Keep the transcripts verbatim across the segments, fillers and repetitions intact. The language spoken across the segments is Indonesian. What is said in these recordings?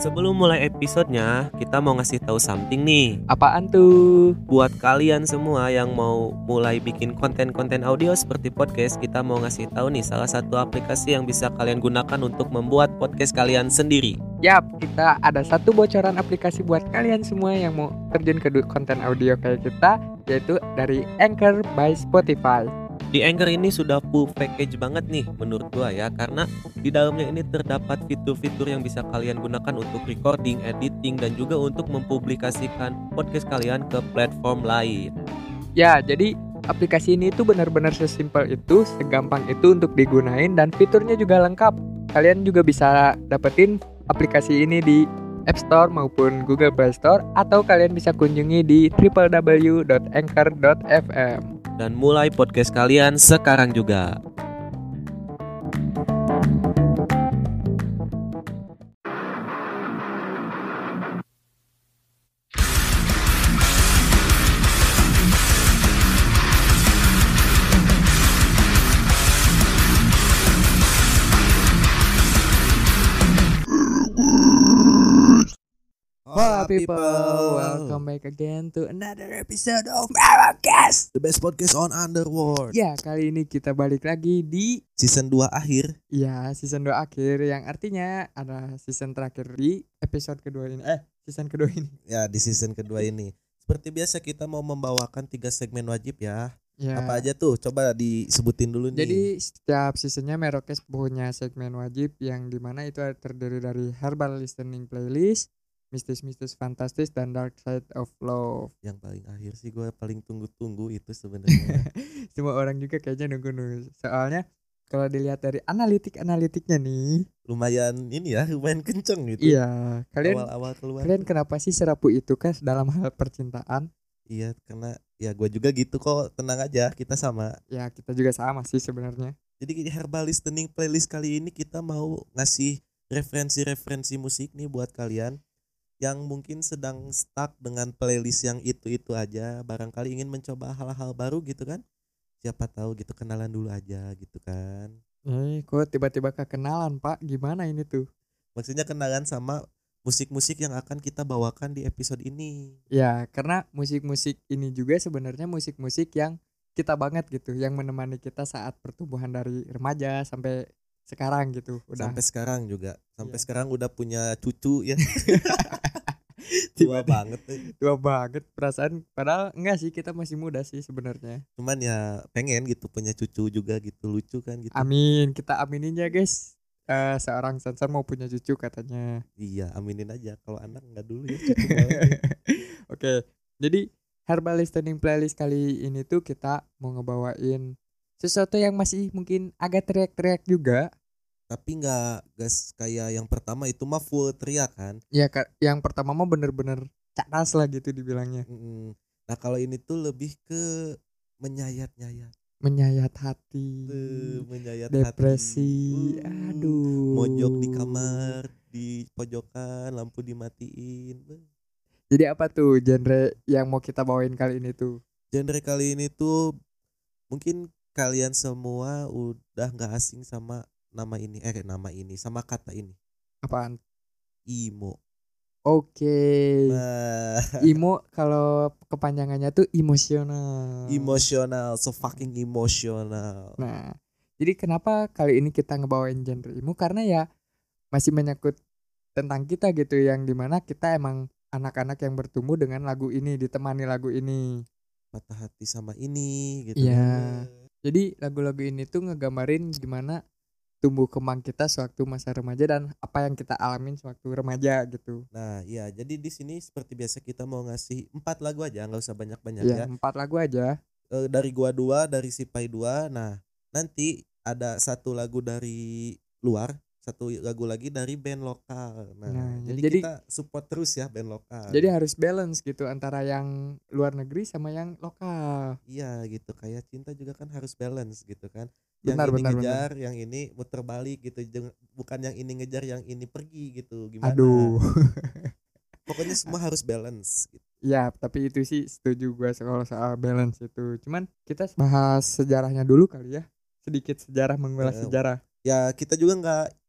Sebelum mulai episodenya, kita mau ngasih tahu something nih. Apaan tuh? Buat kalian semua yang mau mulai bikin konten-konten audio seperti podcast, kita mau ngasih tahu nih salah satu aplikasi yang bisa kalian gunakan untuk membuat podcast kalian sendiri. Yap, kita ada satu bocoran aplikasi buat kalian semua yang mau terjun ke konten audio kayak kita, yaitu dari Anchor by Spotify. Di Anchor ini sudah full package banget nih menurut gua ya, karena di dalamnya ini terdapat fitur-fitur yang bisa kalian gunakan untuk recording, editing, dan juga untuk mempublikasikan podcast kalian ke platform lain. Ya, jadi aplikasi ini tuh benar-benar sesimpel itu, segampang itu untuk digunain, dan fiturnya juga lengkap. Kalian juga bisa dapetin aplikasi ini di App Store maupun Google Play Store, atau kalian bisa kunjungi di w w w dot anchor dot f m. Dan mulai podcast kalian sekarang juga. Hola people, welcome back again to another episode of our podcast, The best podcast on Underworld. Ya, kali ini kita balik lagi di Season dua akhir. Ya, season dua akhir, yang artinya ada season terakhir di episode kedua ini Eh, season kedua ini Ya, di season kedua ini seperti biasa kita mau membawakan tiga segmen wajib ya. Ya. Apa aja tuh? Coba disebutin dulu nih. Jadi setiap seasonnya Merokes punya segmen wajib, yang dimana itu terdiri dari Herbal Listening Playlist, Mistis-mistis fantastis, dan Dark Side of Love. Yang paling akhir sih gue paling tunggu-tunggu itu sebenarnya. Semua orang juga kayaknya nunggu-nunggu. Soalnya kalau dilihat dari analitik-analitiknya nih, lumayan ini ya, lumayan kenceng gitu. Iya, kalian awal-awal keluar. Kalian kenapa sih serapu itu kan dalam hal percintaan? Iya, karena ya gue juga gitu kok, tenang aja, kita sama. Ya, kita juga sama sih sebenarnya. Jadi Herbal Listening Playlist kali ini kita mau ngasih referensi-referensi musik nih buat kalian yang mungkin sedang stuck dengan playlist yang itu-itu aja, barangkali ingin mencoba hal-hal baru gitu kan. Siapa tahu gitu, kenalan dulu aja gitu kan. Eh, kok tiba-tiba kenalan, Pak? Gimana ini tuh? Maksudnya kenalan sama musik-musik yang akan kita bawakan di episode ini. Ya, karena musik-musik ini juga sebenarnya musik-musik yang kita banget gitu, yang menemani kita saat pertumbuhan dari remaja sampai sekarang gitu. Udah. Sampai sekarang juga. Sampai ya. sekarang udah punya cucu ya. Tua banget tuh. Tua banget perasaan, padahal enggak sih, kita masih muda sih sebenarnya. Cuman ya pengen gitu punya cucu juga gitu, lucu kan gitu. Amin, kita aminin ya guys. Uh, seorang sensor mau punya cucu katanya. Iya, aminin aja. Kalau anak enggak dulu ya. Oke, jadi Herbal Listening Playlist kali ini tuh kita mau ngebawain sesuatu yang masih mungkin agak teriak-teriak juga. Tapi nggak gas kayak yang pertama itu mah full teriak kan. Ya, yang pertama mah bener-bener cadas lah gitu dibilangnya. Mm-mm. Nah kalau ini tuh lebih ke menyayat-nyayat. Menyayat hati. Tuh, menyayat depresi. hati. Uh, Aduh. Mojok di kamar, di pojokan, lampu dimatiin. Jadi apa tuh genre yang mau kita bawain kali ini tuh? Genre kali ini tuh mungkin kalian semua udah nggak asing sama nama ini, eh nama ini, sama kata ini. Apaan? Emo. Oke. Okay. Nah. Emo kalau kepanjangannya tuh emosional. Emosional, so fucking emosional. Nah, jadi kenapa kali ini kita ngebawain genre emo? Karena ya masih menyangkut tentang kita gitu, yang dimana kita emang anak-anak yang bertumbuh dengan lagu ini, ditemani lagu ini. Patah hati sama ini gitu. Iya. Jadi lagu-lagu ini tuh ngegambarin gimana tumbuh kembang kita sewaktu masa remaja dan apa yang kita alamin sewaktu remaja gitu. Nah, iya, jadi di sini seperti biasa kita mau ngasih empat lagu aja, nggak usah banyak-banyak ya. ya. Empat lagu aja. E, dari gua dua, dari Sipai dua. Nah, nanti ada satu lagu dari luar, satu lagu lagi dari band lokal. Nah, nah jadi, jadi kita support terus ya band lokal. Jadi harus balance gitu antara yang luar negeri sama yang lokal. Iya gitu, kayak cinta juga kan harus balance gitu kan. Yang benar, ini benar, ngejar, benar. Yang ini muter balik gitu, bukan yang ini ngejar, yang ini pergi gitu. Gimana? Aduh. Pokoknya semua harus balance gitu. Ya, tapi itu sih setuju gue kalau soal balance itu. Cuman kita bahas sejarahnya dulu kali ya. Sedikit sejarah, mengulas uh, sejarah. Ya kita juga nggak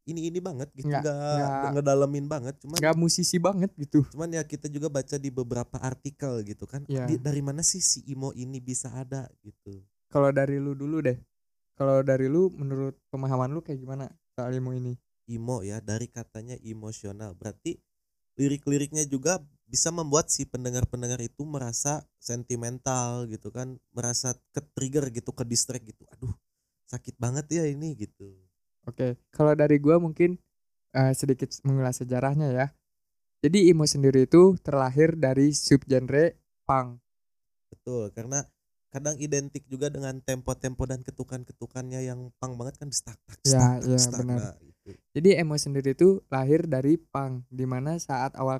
ini-ini banget gitu, Nggak nggak nggak ngedalamin banget, cuman nggak musisi banget gitu. cuman ya kita juga baca di beberapa artikel gitu kan, di, Ya, dari mana sih si emo ini bisa ada gitu. kalau dari lu dulu deh. Kalau dari lu menurut pemahaman lu kayak gimana soal emo ini? Emo ya, dari katanya emosional, berarti lirik-liriknya juga bisa membuat si pendengar-pendengar itu merasa sentimental gitu kan, merasa ke-trigger gitu, ke distract gitu, aduh sakit banget ya ini gitu. Oke, kalau dari gua mungkin eh, sedikit mengulas sejarahnya ya. Jadi emo sendiri itu terlahir dari subgenre punk. Betul, karena kadang identik juga dengan tempo-tempo dan ketukan-ketukannya yang pang banget kan, stuck tak stuck Ya, tak ya stuck, benar. nah gitu. Jadi emo sendiri itu lahir dari punk, dimana saat awal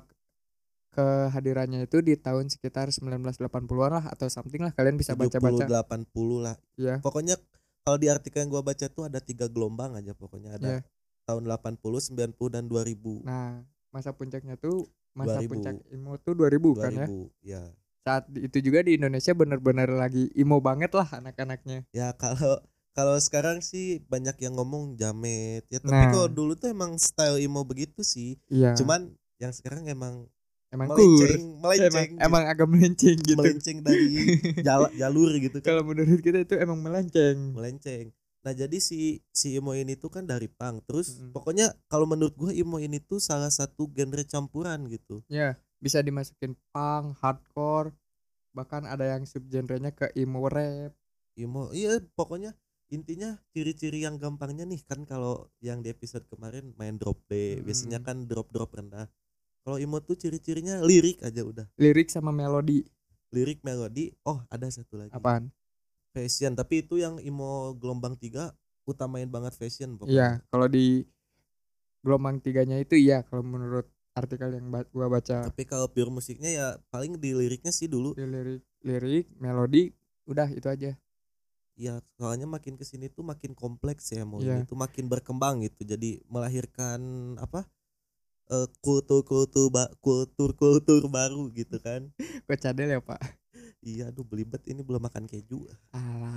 kehadirannya itu di tahun sekitar sembilan belas delapan puluhan lah atau something lah, kalian bisa tujuh puluh baca-baca. delapan puluh lah. Ya, Pokoknya kalau di artikel yang gua baca tuh ada tiga gelombang aja, pokoknya ada ya. tahun delapan puluh, sembilan puluh dan dua ribu. Nah, masa puncaknya tuh masa dua ribu, puncak emo tuh dua ribu kan ya. dua ribu ya. Saat itu juga di Indonesia bener-bener lagi emo banget lah anak-anaknya. Ya kalau kalau sekarang sih banyak yang ngomong jamet ya, tapi kalau Nah, dulu tuh emang style emo begitu sih. iya, Cuman yang sekarang emang emang kur. melenceng, Emang melenceng gitu. emang agak melenceng gitu. Melenceng dari jala, jalur gitu kan. Kalau menurut kita itu emang melenceng. Melenceng. Nah, jadi si si emo ini tuh kan dari punk. Terus Mm-mm. pokoknya kalau menurut gua emo ini tuh salah satu genre campuran gitu. Ya, bisa dimasukin punk, hardcore, bahkan ada yang subgenrenya ke emo rap. Emo, iya pokoknya intinya ciri-ciri yang gampangnya nih kan, kalau yang di episode kemarin main drop D, biasanya Mm-mm. kan drop-drop rendah. Kalau emo tuh ciri-cirinya lirik aja udah. Lirik sama melodi. Lirik, melodi, oh ada satu lagi. Apaan? Fashion, tapi itu yang emo gelombang tiga utamain banget fashion pokoknya. Iya, kalau di gelombang tiganya itu iya kalau menurut artikel yang ba- gua baca. Tapi kalau pure musiknya ya paling di liriknya sih dulu. Di lirik, lirik, melodi, udah itu aja. Ya soalnya makin kesini tuh makin kompleks ya, mau ini Iya, tuh makin berkembang gitu, jadi melahirkan apa, eh, kultur-kultur ba- kultur-kultur baru gitu kan. kok cadel ya Pak? Iya, aduh belibet ini belum makan keju. Alah.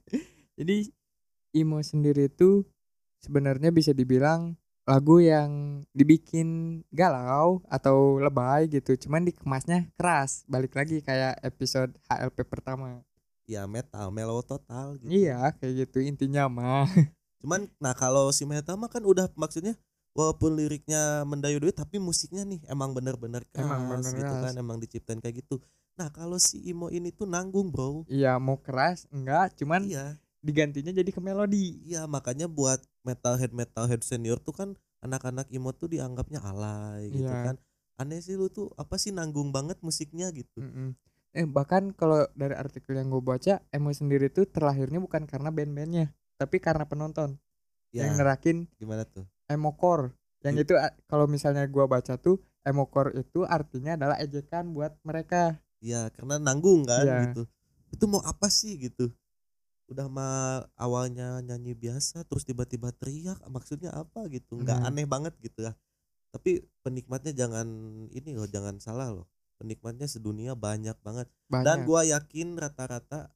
Jadi emo sendiri itu sebenarnya bisa dibilang lagu yang dibikin galau atau lebay gitu, cuman dikemasnya keras. Balik lagi kayak episode H L P pertama. Ya metal, mellow total gitu. Iya, kayak gitu intinya mah. Cuman nah kalau si metal mah kan udah maksudnya walaupun liriknya mendayu-dayu tapi musiknya nih emang bener-bener Emang keras bener gitu keras. kan, emang diciptain kayak gitu. Nah kalau si emo ini tuh nanggung bro. Iya, mau keras enggak, cuman Iya, digantinya jadi ke melodi. iya makanya buat metalhead metalhead senior tuh kan anak-anak emo tuh dianggapnya alay gitu Iya. kan. Aneh sih lu tuh apa sih nanggung banget musiknya gitu. Mm-mm. Eh bahkan kalau dari artikel yang gue baca, emo sendiri tuh terlahirnya bukan karena band-bandnya, tapi karena penonton yang Ya nerakin gimana tuh? emocore. Yang Gi- itu a- kalau misalnya gue baca tuh emocore itu artinya adalah ejekan buat mereka. Ya karena nanggung kan Iya. gitu. Itu mau apa sih gitu. Udah mah awalnya nyanyi biasa terus tiba-tiba teriak, maksudnya apa gitu, nggak Nah, aneh banget gitu lah. Tapi penikmatnya jangan ini loh, jangan salah loh, penikmatnya sedunia banyak banget. Dan banyak. gua yakin rata-rata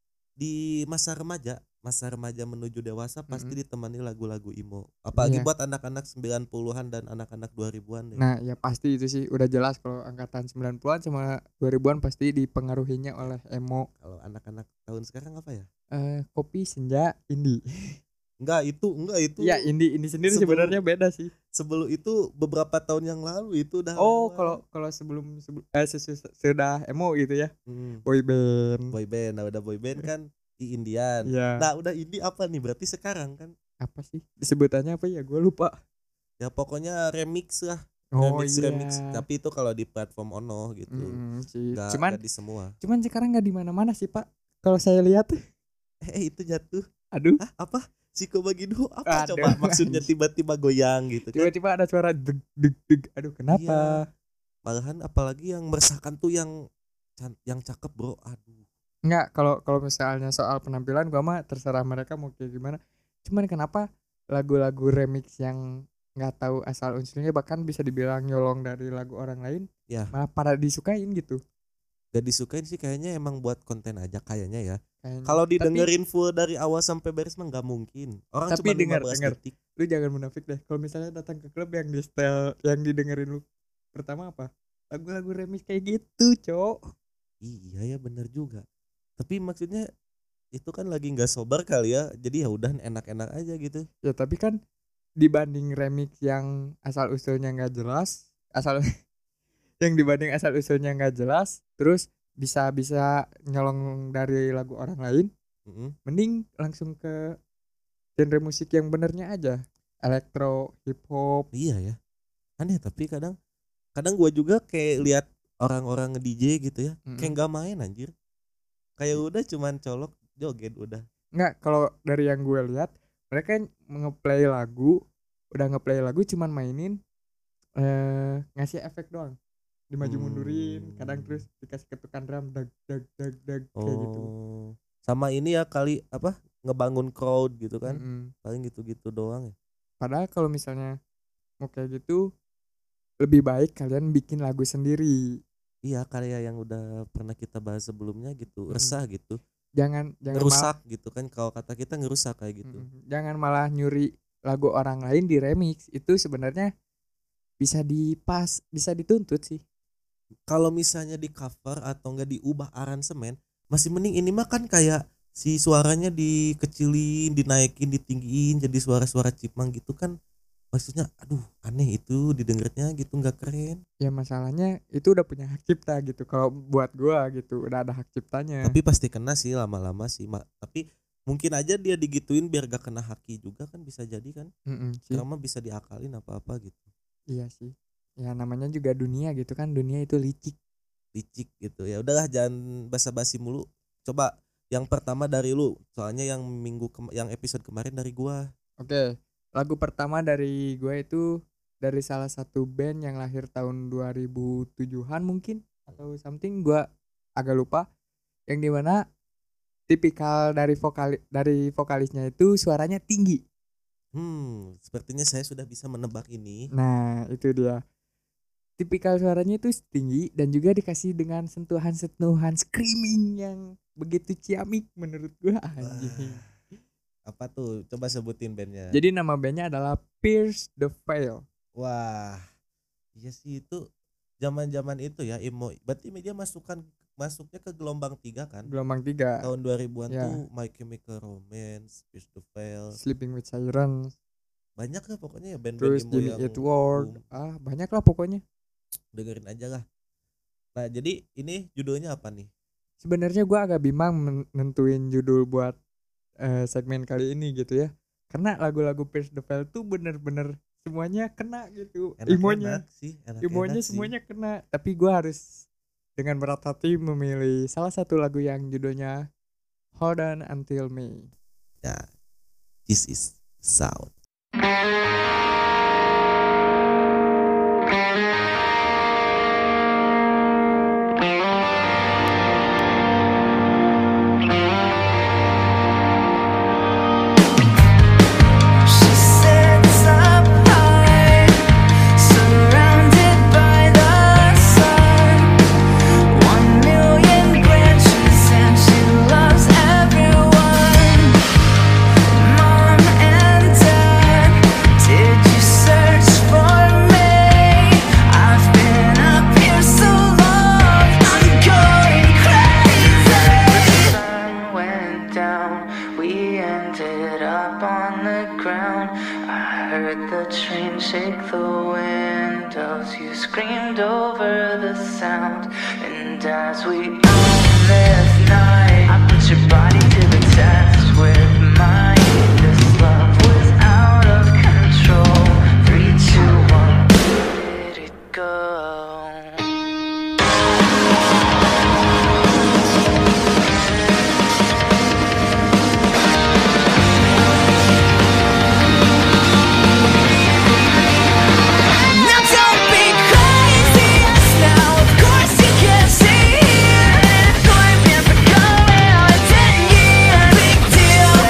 di masa remaja masa remaja menuju dewasa pasti Mm-mm. ditemani lagu-lagu emo, apalagi Iya. buat anak-anak sembilan puluhan dan anak-anak dua ribuan deh. Nah, ya pasti itu sih udah jelas kalau angkatan sembilan puluhan sama dua ribuan pasti dipengaruhinya oleh emo. Kalau anak-anak tahun sekarang apa ya? Eh kopi senja indie. Enggak, itu enggak itu Iya, indie indie sendiri sebelum sebenarnya beda sih. sebelum itu beberapa tahun yang lalu itu udah Oh, lewat. kalau kalau sebelum, sebelum eh sesu- sudah emo gitu ya. Hmm, Boy band. boy band, nah udah boy band kan di Indian. Iya. Nah udah indie apa nih berarti sekarang kan? Apa sih? Disebutannya apa ya? Gue lupa. Ya pokoknya remix lah, Oh remix iya. remix. Tapi itu kalau di platform ono gitu, Mm-mm, sih. nggak Cuman nggak di semua. cuman sekarang nggak di mana-mana sih, Pak. Kalau saya lihat, Eh itu jatuh. aduh, Hah, apa? Siko Bagindo apa Aduh, coba maksudnya tiba-tiba goyang gitu kan? tiba-tiba ada suara deg deg deg. Aduh, kenapa? Iya. Malahan apalagi yang meresahkan tuh yang can- yang cakep bro. Aduh. Enggak, kalau kalau misalnya soal penampilan gua mah terserah mereka mau kayak gimana. Cuman kenapa lagu-lagu remix yang nggak tahu asal usulnya bahkan bisa dibilang nyolong dari lagu orang lain Ya, malah pada disukain gitu gak disukain sih kayaknya, emang buat konten aja kayaknya ya. kayaknya. Kalau Tapi didengerin full dari awal sampai beres mah nggak mungkin. Orang tapi cuma dengar lima belas dengar detik. lu jangan munafik deh. Kalau misalnya datang ke klub yang di style yang didengerin lu pertama apa? Lagu-lagu remix kayak gitu, Cok. Iya ya bener juga. Tapi maksudnya itu kan lagi nggak sober kali ya. Jadi ya udah enak-enak aja gitu. Ya tapi kan dibanding remix yang asal usulnya nggak jelas, asal yang dibanding asal usulnya nggak jelas, terus bisa bisa nyolong dari lagu orang lain, Mm-mm. mending langsung ke genre musik yang benernya aja, elektro, hip hop. Iya ya. Aneh tapi kadang kadang gua juga kayak lihat orang-orang nge-D J gitu ya, Mm-mm. kayak nggak main anjir. Kayak udah cuman colok joget udah. Nggak, kalau dari yang gue lihat mereka ngeplay lagu, udah ngeplay lagu cuman mainin eh ngasih efek doang, dimaju mundurin, kadang terus dikasih ketukan drum dag dag dag dag Oh. kayak gitu. Sama ini ya kali apa ngebangun crowd gitu kan. Mm-mm. Paling gitu-gitu doang ya. Padahal kalau misalnya mau kayak gitu lebih baik kalian bikin lagu sendiri. Iya karya yang udah pernah kita bahas sebelumnya gitu, Mm. resah gitu, Jangan jangan malah, ngerusak gitu kan, kalau kata kita ngerusak kayak gitu. Mm-mm. jangan malah nyuri lagu orang lain di remix. Itu sebenarnya bisa dipas, bisa dituntut sih. Kalau misalnya di cover atau enggak diubah aransemen, masih mending. Ini mah kan kayak si suaranya dikecilin, dinaikin, ditinggiin jadi suara-suara cipang gitu kan. Maksudnya aduh aneh itu didengarnya gitu, nggak keren. Ya masalahnya itu udah punya hak cipta gitu. Kalau buat gua gitu udah ada hak ciptanya. Tapi pasti kena sih lama-lama sih. Ma- tapi mungkin aja dia digituin biar gak kena haki juga kan, bisa jadi kan. Mm-mm, sih. Karena bisa diakalin apa-apa gitu. Iya sih. Ya namanya juga dunia gitu kan. Dunia itu licik. Licik gitu. Ya udahlah jangan basa-basi mulu. Coba yang pertama dari lu. Soalnya yang minggu ke- yang episode kemarin dari gua. Oke. Lagu pertama dari gue itu dari salah satu band yang lahir tahun dua ribu tujuhan mungkin atau something, gue agak lupa, yang dimana tipikal dari vokal dari vokalisnya itu suaranya tinggi. Hmm, sepertinya saya sudah bisa menebak ini. Nah itu dia, tipikal suaranya itu tinggi dan juga dikasih dengan sentuhan-sentuhan screaming yang begitu ciamik menurut gue, anjing. Apa tuh? Coba sebutin bandnya. Jadi nama bandnya adalah Pierce the Veil. Wah, iya sih itu zaman-zaman itu ya emo. Berarti media masukkan masuknya ke gelombang tiga kan? Gelombang tiga. Tahun dua ribuan Ya. tuh My Chemical Romance, Pierce the Veil. Sleeping with Sirens. Banyak lah pokoknya ya band-band Terus emo Jimmy yang Eat World. boom. Ah banyak lah pokoknya. Dengerin aja lah. Nah, jadi ini judulnya apa nih? Sebenarnya gue agak bimbang men- nentuin judul buat eh, segmen kali ini gitu ya. Karena lagu-lagu Pierce the Veil tuh bener-bener semuanya kena gitu. Imonya, Enak-enak sih, enak-enak imonya sih. semuanya kena. Tapi gue harus dengan berat hati memilih salah satu lagu yang judulnya Hold On Until May. Ya, this is sound. She sits up high, surrounded by the sun. One million branches, and she loves everyone. Mom and Dad, did you search for me? I've been up here so long, I'm going crazy. The sun went down, we ended up on the ground. I heard the train shake the windows. You screamed over the sound. And as we own this night, I put your body to the test with mine. This love was out of control. Three, two, one, let it go. Now don't be crazy, yes, now of course you can see. Going man for going on ten years, big deal.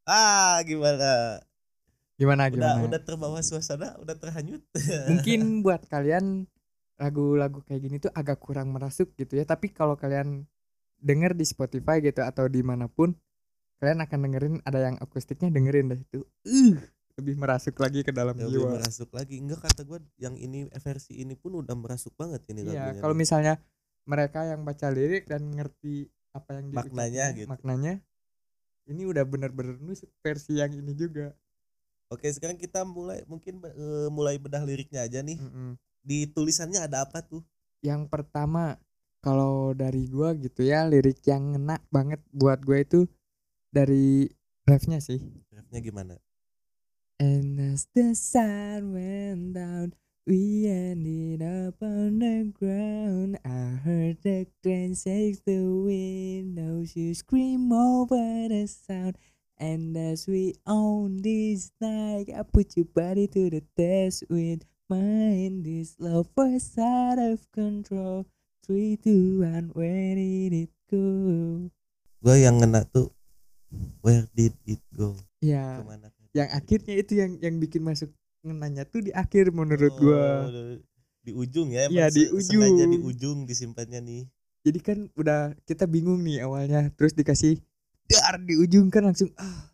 Ah, gimana? Gimana Udah gimana? udah terbawa suasana, udah terhanyut. Mungkin buat kalian lagu-lagu kayak gini tuh agak kurang merasuk gitu ya. Tapi kalau kalian denger di Spotify gitu atau dimanapun, kalian akan dengerin ada yang akustiknya, dengerin deh itu. Uh, lebih merasuk lagi ke dalam Lebih jiwa. merasuk lagi. Enggak, kata gue yang ini versi ini pun udah merasuk banget ini Iya, lagunya. kalau nih. misalnya mereka yang baca lirik dan ngerti apa yang diucapkan, Maknanya gitu. maknanya ini udah bener-bener nusuk versi yang ini juga. Oke, sekarang kita mulai mungkin eh, mulai bedah liriknya aja nih. Mm-mm. Di tulisannya ada apa tuh? Yang pertama, kalau dari gua gitu ya, lirik yang ngena banget buat gua itu dari refnya sih. Refnya gimana? And as the sun went down, we ended up on the ground. I heard the train shake the windows, you scream over the sound. And as we own this night, I put your body to the test with mine. This love was out of control. Three, two, one, where did it go? Gue yang ngena tuh where did it go? Ya, Kemana? yang akhirnya itu yang yang bikin masuk ngenanya tuh di akhir menurut Oh, gua. di ujung ya, Iya, emang di se- sengaja di ujung. ujung disimpannya nih. Jadi kan udah kita bingung nih awalnya, terus dikasih dar di ujung kan langsung ah,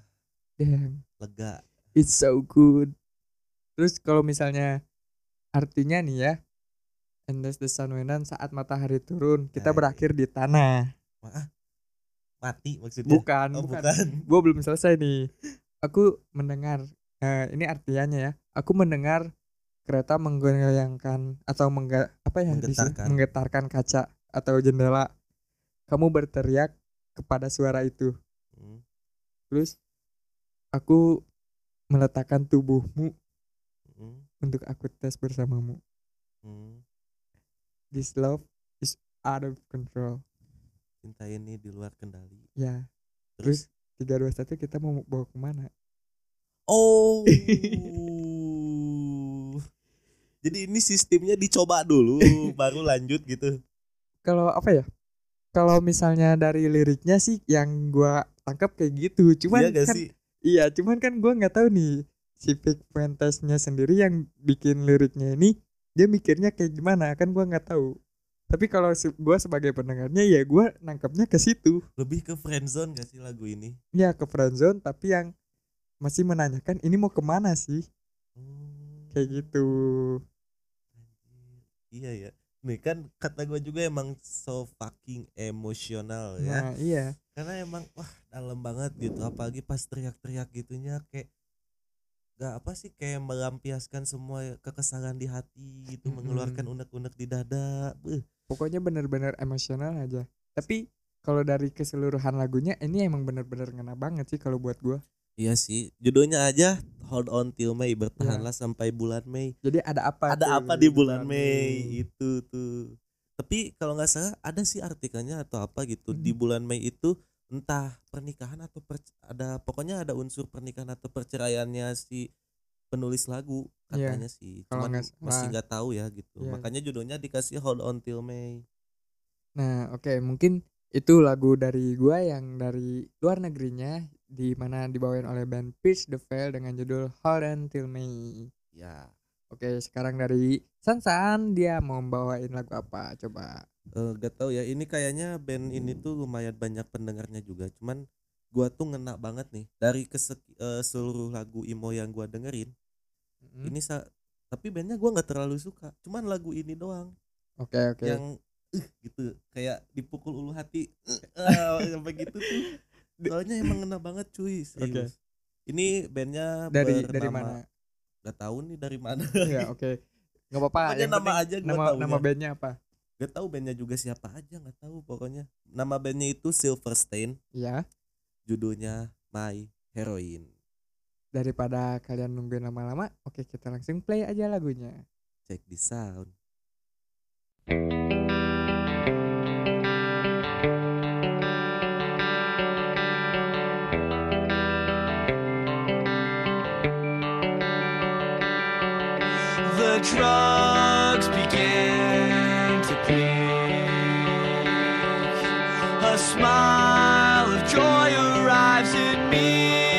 damn, Lega. it's so good. Terus kalau misalnya artinya nih ya, and as the sun went down, saat matahari turun, kita Nah, berakhir di tanah. Ah, mati maksudnya. Bukan, Oh, bukan. bukan. Gue belum selesai nih. Aku mendengar, eh, ini artiannya ya. Aku mendengar kereta menggoyangkan atau mengga, apa ya? disi- Menggetarkan. menggetarkan kaca atau jendela. Kamu berteriak kepada suara itu. Hmm. Terus aku meletakkan tubuhmu Hmm. untuk aku tes bersamamu. Hmm. This love is out of control. Cinta ini di luar kendali. Ya. Terus? Terus tiga dua satu kita mau bawa kemana? Oh. Jadi ini sistemnya dicoba dulu baru lanjut gitu. Kalau apa ya? Kalau misalnya dari liriknya sih yang gua tangkap kayak gitu. Cuman Iya gak kan sih? iya, cuman kan gua nggak tahu nih si Vic Fuentes-nya sendiri yang bikin liriknya ini dia mikirnya kayak gimana, kan gua nggak tahu. Tapi kalau se- gua sebagai pendengarnya ya gua nangkapnya ke situ. Lebih ke friendzone gak sih lagu ini? Ya ke friendzone tapi yang masih menanyakan ini mau kemana sih? Hmm. Kayak gitu. Iya ya. Nih kan kata gue juga emang so fucking emosional ya. Nah, iya. Karena emang wah dalam banget gitu. Apalagi pas teriak-teriak gitunya kayak gak apa sih, kayak melampiaskan semua kekesalan di hati gitu, Mm-mm. mengeluarkan unek-unek di dada. Beuh. Pokoknya benar-benar emosional aja. Tapi kalau dari keseluruhan lagunya ini emang benar-benar ngena banget sih kalau buat gua. Iya sih, judulnya aja Hold On Till May, bertahanlah sampai bulan Mei. Jadi ada apa? Ada tuh apa di bulan Mei itu tuh. Tapi kalau nggak salah ada sih artikelnya atau apa gitu. Mm. Di bulan Mei itu entah pernikahan atau per, ada pokoknya ada unsur pernikahan atau perceraiannya si penulis lagu Iya, katanya sih. kalau Cuman nggak salah. masih nggak tahu ya gitu. Iya. Makanya judulnya dikasih Hold On Till May. Nah, oke, mungkin itu lagu dari gua yang dari luar negerinya di mana dibawain oleh band Pierce the Veil dengan judul Hold On Till May. Ya, Oke, sekarang dari Sansan dia mau bawain lagu apa? Coba. eh, gak tahu ya. Ini kayaknya band ini tuh lumayan banyak pendengarnya juga. Cuman gua tuh ngena banget nih dari kesek- eh, seluruh lagu emo yang gua dengerin. Mm-mm. Ini sa tapi bandnya gua nggak terlalu suka. Cuman lagu ini doang Oke, oke. yang uh, gitu kayak dipukul ulu hati. Uh, sampai gitu tuh. Soalnya emang ngena banget cuy, serius. Ini bandnya Dari bernama, dari mana? Gak tahu nih dari mana. Ya, oke. Enggak apa-apa. Pokoknya yang nama penting aja gua nama taunya. nama bandnya apa? Gak tahu bandnya juga siapa aja, nggak tahu pokoknya. Nama bandnya itu Silverstein. Ya, Judulnya My Heroine. daripada kalian nungguin lama-lama, oke kita langsung play aja lagunya. Check the sound. The drugs began to peak. A smile of joy arrives in me.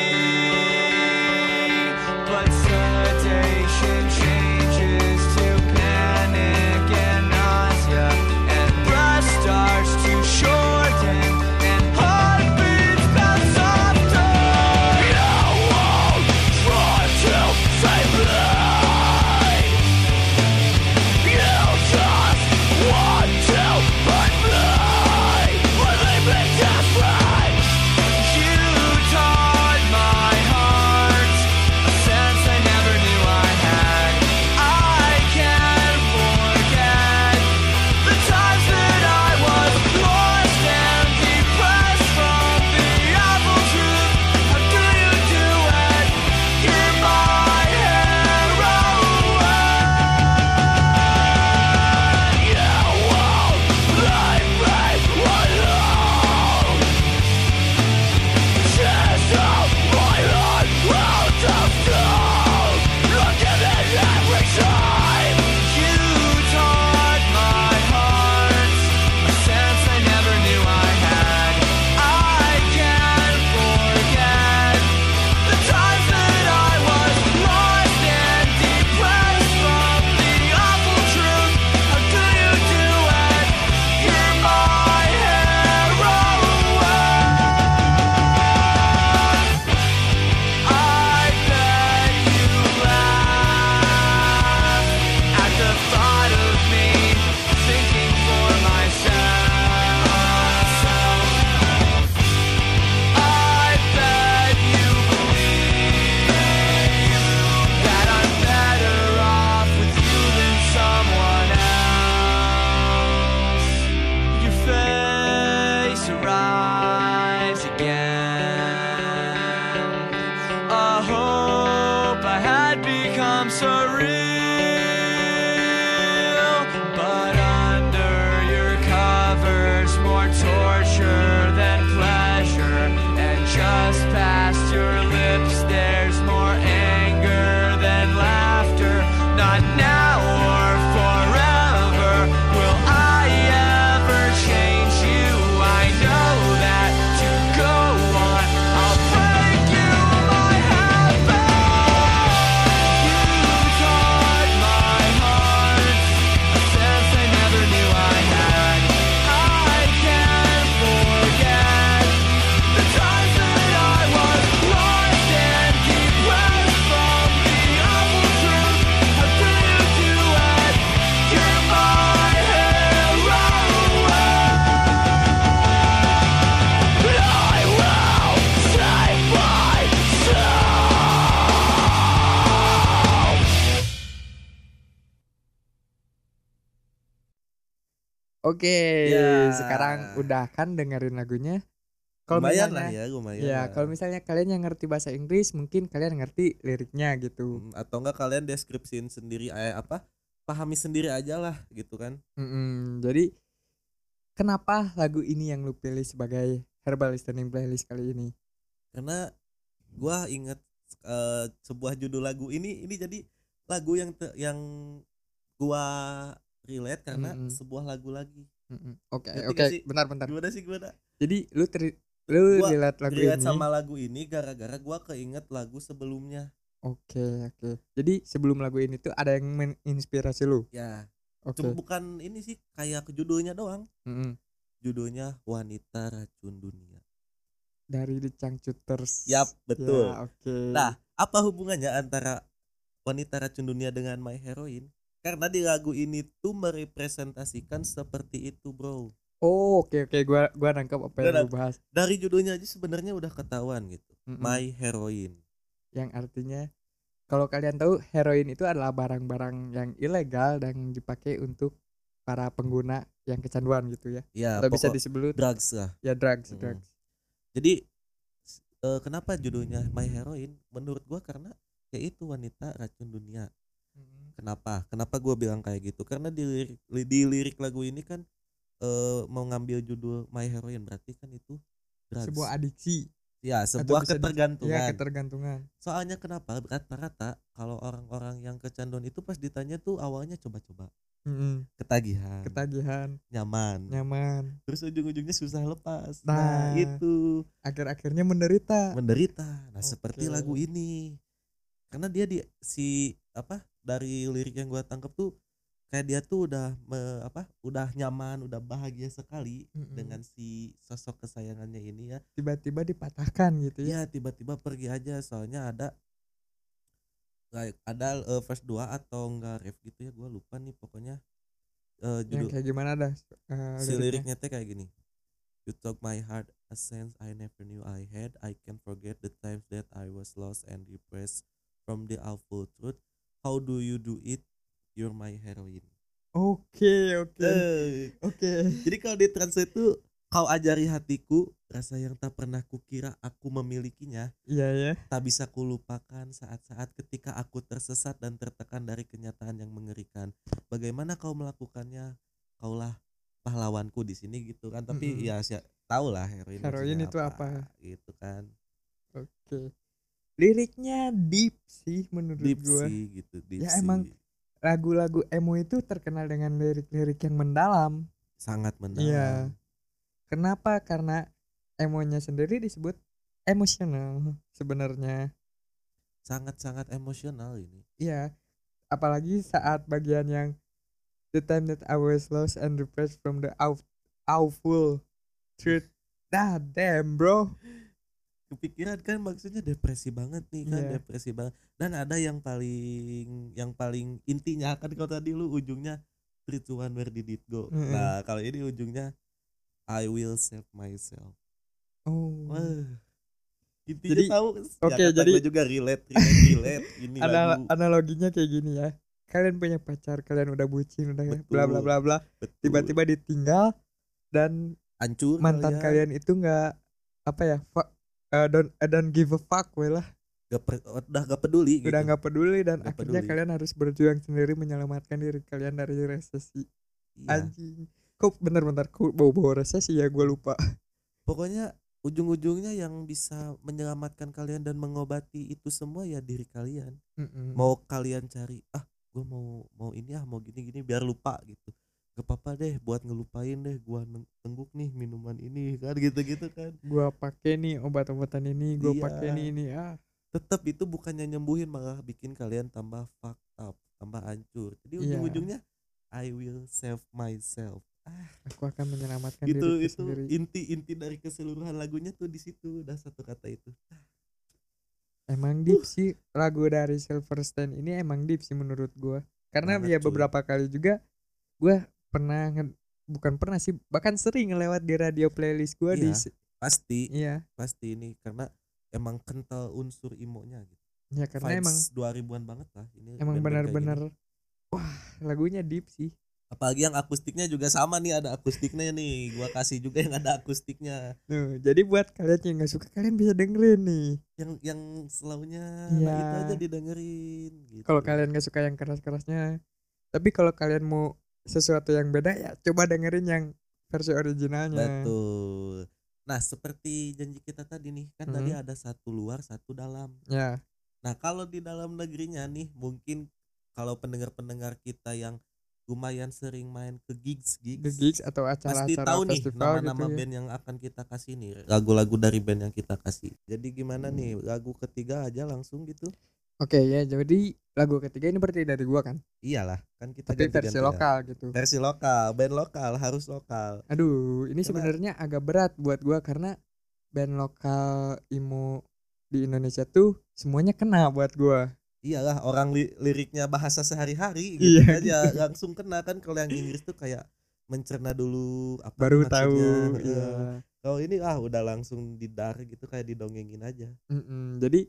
not now or forever will I ever change you. I know that to go on, I'll break you my habit. You taught my heart a sense I never knew I had. I can't forget the times that I was lost and depressed from the awful truth. How do you do it? You're my hero. But I will save myself. Oke, Ya. sekarang udah kan dengerin lagunya. Kalau Lumayan lah misalnya ya, lumayan. ya, lah. kalau misalnya kalian yang ngerti bahasa Inggris, mungkin kalian ngerti liriknya gitu. Hmm, atau enggak kalian deskripsiin sendiri eh, apa? Pahami sendiri aja lah gitu kan. Mm-mm. Jadi kenapa lagu ini yang lu pilih sebagai Herbal Listening Playlist kali ini? Karena gua inget eh, sebuah judul lagu ini ini jadi lagu yang te- yang gua relate karena Mm-mm. sebuah lagu lagi. Mm-mm. Oke, Ngerti oke, gak sih? bentar-bentar. Gimana sih gimana? Jadi lu teri- lu Gua lihat lagu relate ini. sama lagu ini gara-gara gua keinget lagu sebelumnya. Oke, oke. Jadi sebelum lagu ini tuh ada yang menginspirasi lu. Ya, Oke. cuma bukan ini sih kayak ke judulnya doang. Mm-mm. Judulnya Wanita Racun Dunia. Dari The Changcuters. Yap, betul. Ya, oke. Nah, apa hubungannya antara Wanita Racun Dunia dengan My Heroine? Karena di lagu ini tuh merepresentasikan seperti itu, bro. Oh, oke oke, gua gua nangkep apa yang Udah, lu bahas. Dari judulnya aja sebenarnya udah ketahuan gitu. Mm-mm. My Heroine. Yang artinya kalau kalian tahu heroin itu adalah barang-barang yang ilegal dan dipakai untuk para pengguna yang kecanduan gitu ya. Ya, Atau bisa pokok disebut drugs lah. ya drugs, Mm. drugs. Jadi s- eh, kenapa judulnya My Heroine? Menurut gua karena yaitu wanita racun dunia. Kenapa? Kenapa gua bilang kayak gitu? Karena di lirik, di lirik lagu ini kan eh, mau ngambil judul My Heroine berarti kan itu drugs. Sebuah adiksi. Ya, Atau sebuah bisa di- ketergantungan. Ya, ketergantungan. Soalnya kenapa? Rata-rata kalau orang-orang yang kecanduan itu pas ditanya tuh awalnya coba-coba, Mm-mm. ketagihan, Ketagihan, nyaman, nyaman, terus ujung-ujungnya susah lepas. Nah. Nah, itu akhir-akhirnya menderita. menderita. Nah, seperti Oke. lagu ini. Karena dia di si apa? Dari lirik yang gua tangkap tuh kayak dia tuh udah me- apa? Udah nyaman, udah bahagia sekali Mm-mm. dengan si sosok kesayangannya ini ya. Tiba-tiba dipatahkan gitu ya. Iya, tiba-tiba pergi aja soalnya ada kayak ada eh, verse dua atau enggak ref gitu ya, gua lupa nih pokoknya. Eh, Yang judul kayak gimana dah eh, si liriknya. liriknya teh kayak gini. You took my heart a sense I never knew I had. I can't forget the times that I was lost and depressed from the awful truth. How do you do it? You're my heroine. Oke, oke. Eh, Oke. jadi kalau ditranslate tuh kau ajari hatiku rasa yang tak pernah kukira aku memilikinya. Iya ya. Tak bisa kulupakan saat-saat ketika aku tersesat dan tertekan dari kenyataan yang mengerikan. Bagaimana kau melakukannya? Kaulah pahlawanku di sini gitu kan. Tapi Mm-mm. ya si- tau lah heroin. Heroin maksudnya itu apa? Gitu kan. Oke. Liriknya deep sih menurut Deep gua. sih gitu. Deep Ya, sih. emang lagu-lagu emo itu terkenal dengan lirik-lirik yang mendalam. Sangat mendalam. Iya. Kenapa? Karena emonya sendiri disebut emosional sebenarnya. Sangat-sangat emosional ini. Iya. Apalagi saat bagian yang the time that I was lost and depressed from the aw- awful truth. Dah damn bro. Kepikiran kan maksudnya depresi banget nih kan, Iya. depresi banget. Dan ada yang paling yang paling intinya kan kalau tadi lu ujungnya three to one where did it go. Mm-mm. Nah, kalau ini ujungnya I will save myself. Oh. Wah. Intinya Jadi, tahu oke, ya, kata jadi- gua juga relate, relate, relate. Ini Ana- lagu analoginya kayak gini ya. Kalian punya pacar, kalian udah bucin, udah Betul. bla bla bla bla. betul. Tiba-tiba ditinggal dan hancur mantan kalian itu nggak apa ya? Fuck, uh, don't uh, don't give a fuck we lah. gak per, udah gak peduli gitu. Udah nggak peduli dan Nggak akhirnya peduli. kalian harus berjuang sendiri menyelamatkan diri kalian dari resesi. Iya. Anjing. Kok bener-bener kok bau-bau resesi ya, gue lupa. Pokoknya ujung-ujungnya yang bisa menyelamatkan kalian dan mengobati itu semua ya diri kalian. Mm-mm. Mau kalian cari ah gue mau mau ini ah mau gini-gini biar lupa gitu. Gak apa-apa deh buat ngelupain deh gue tengguk nih minuman ini kan gitu-gitu kan. Gua pakai nih obat-obatan ini, gua Iya. pakai nih ini ah. Tetap itu bukannya nyembuhin malah bikin kalian tambah fucked up, tambah hancur. Jadi Iya. ujung-ujungnya I will save myself. Ah, Aku akan menyelamatkan itu diriku itu sendiri. inti-inti dari keseluruhan lagunya tuh di situ, udah satu kata itu. Emang deep sih lagu dari Silverstein ini emang deep sih menurut gua. Karena Banget, ya cuy. beberapa kali juga gua pernah nge- bukan pernah sih bahkan sering ngelewat di radio playlist gua di Iya. se- Pasti iya pasti ini karena emang kental unsur emo-nya gitu. ya karena emang Vibes dua ribuan banget lah ini. emang band-band kayak benar-benar gini. wah lagunya deep sih. Apalagi yang akustiknya juga sama nih, ada akustiknya nih. Gua kasih juga yang ada akustiknya. Tuh, jadi buat kalian yang nggak suka kalian bisa dengerin nih. Yang yang selalunya Iya. nah itu aja didengerin gitu. Kalau kalian nggak suka yang keras-kerasnya, tapi kalau kalian mau sesuatu yang beda ya coba dengerin yang versi originalnya. Betul. Nah, seperti janji kita tadi nih, kan tadi Hmm. ada satu luar, satu dalam. Ya, Nah, kalau di dalam negerinya nih, mungkin kalau pendengar-pendengar kita yang lumayan sering main ke gigs-gigs, the gigs atau pasti acara-acara tahu nih festival nama-nama gitu ya. band yang akan kita kasih nih, lagu-lagu dari band yang kita kasih. Jadi gimana nih, lagu ketiga aja langsung gitu? Oke ya, jadi lagu ketiga ini berarti dari gua kan, Iyalah, kan kita tapi versi ganti-gantian. lokal gitu. Versi lokal, band lokal, harus lokal. Aduh, ini Karena- sebenarnya agak berat buat gua karena band lokal emo di Indonesia tuh semuanya kena buat gua. Iyalah, orang li- liriknya bahasa sehari-hari gitu Iya, aja langsung kena kan. Kalau yang Inggris tuh kayak mencerna dulu apa Baru maksudnya. tahu. Heeh. Iya. Kalau ini ah udah langsung didar gitu kayak didongengin aja. Mm-mm, jadi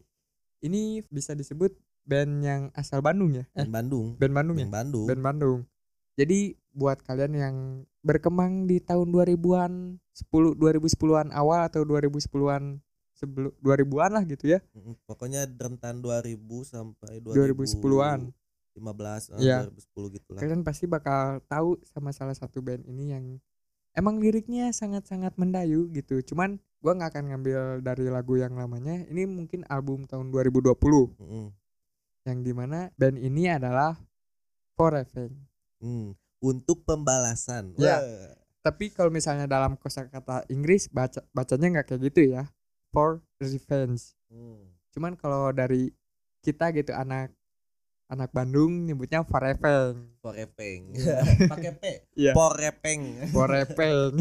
ini bisa disebut band yang asal Bandung ya? Eh, Band Bandung, band Bandung ya? band Bandung. Band Bandung. Jadi buat kalian yang berkembang di tahun dua ribuan sepuluh dua ribu sepuluhan awal atau dua ribu sepuluhan sebelum dua ribuan lah gitu ya. Mm, Pokoknya rentan dua ribu sampai dua ribu sepuluhan. lima belas eh, Iya. dua ribu sepuluh gitu lah. Kalian pasti bakal tahu sama salah satu band ini yang emang liriknya sangat-sangat mendayu gitu. Cuman gua nggak akan ngambil dari lagu yang lamanya. Ini mungkin album tahun dua ribu dua puluh Mm-mm. yang dimana band ini adalah Forever. Hmm, Untuk pembalasan. Ya. Wah. Tapi kalau misalnya dalam kosakata Inggris baca bacanya nggak kayak gitu ya. For revenge. Hmm. Cuman kalau dari kita gitu anak anak Bandung nyebutnya Forever. Porepeng. Pakai P. Iya. Porepeng. Forever.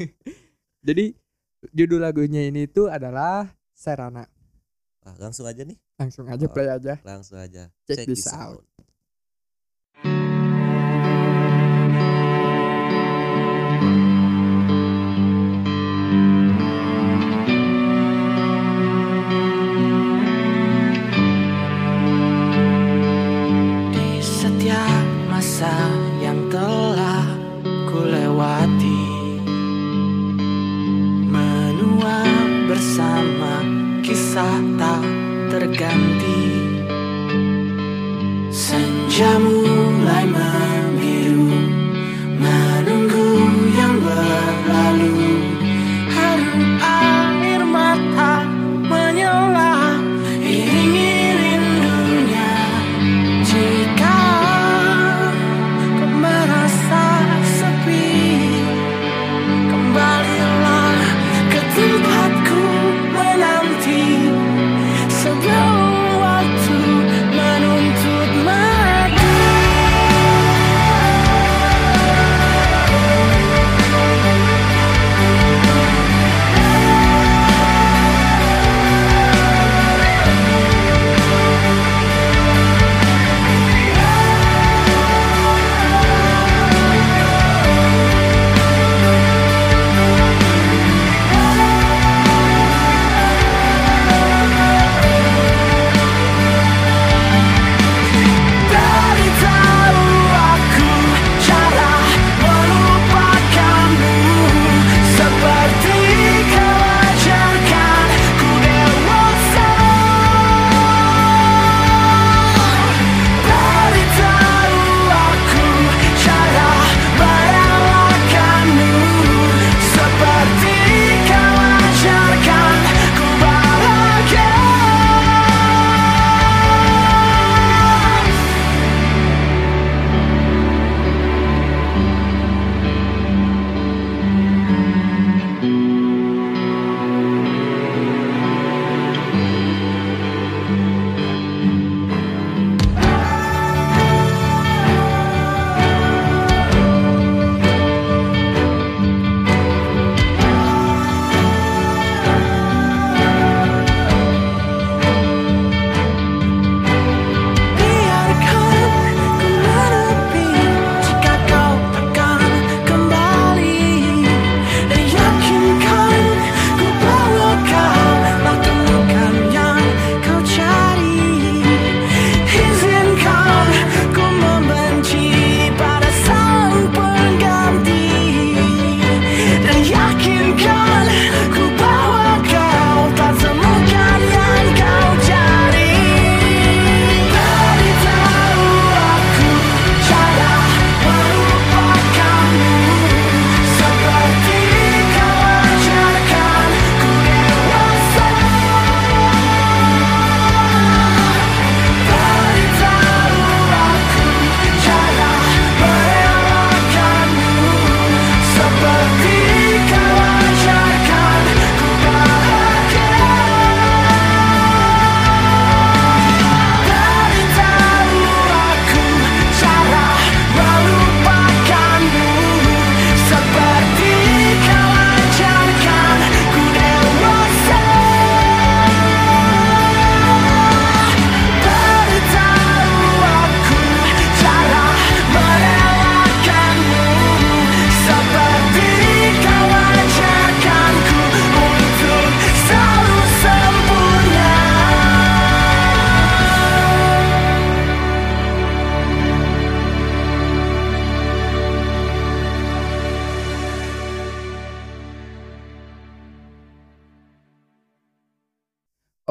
Jadi judul lagunya ini tuh adalah Serana. Ah, langsung aja nih. Langsung aja Oh. play aja. Langsung aja. Check this out. Di setiap masa yang telah ku lewati, menua bersama kisah tak terganti. Senja mulai membiru, menunggu yang berlalu. Harum air mata menyala, iringi rindunya. Jika kau merasa sepi, kembalilah ke tempatku menanti. Sebelum waktu menuntut mati.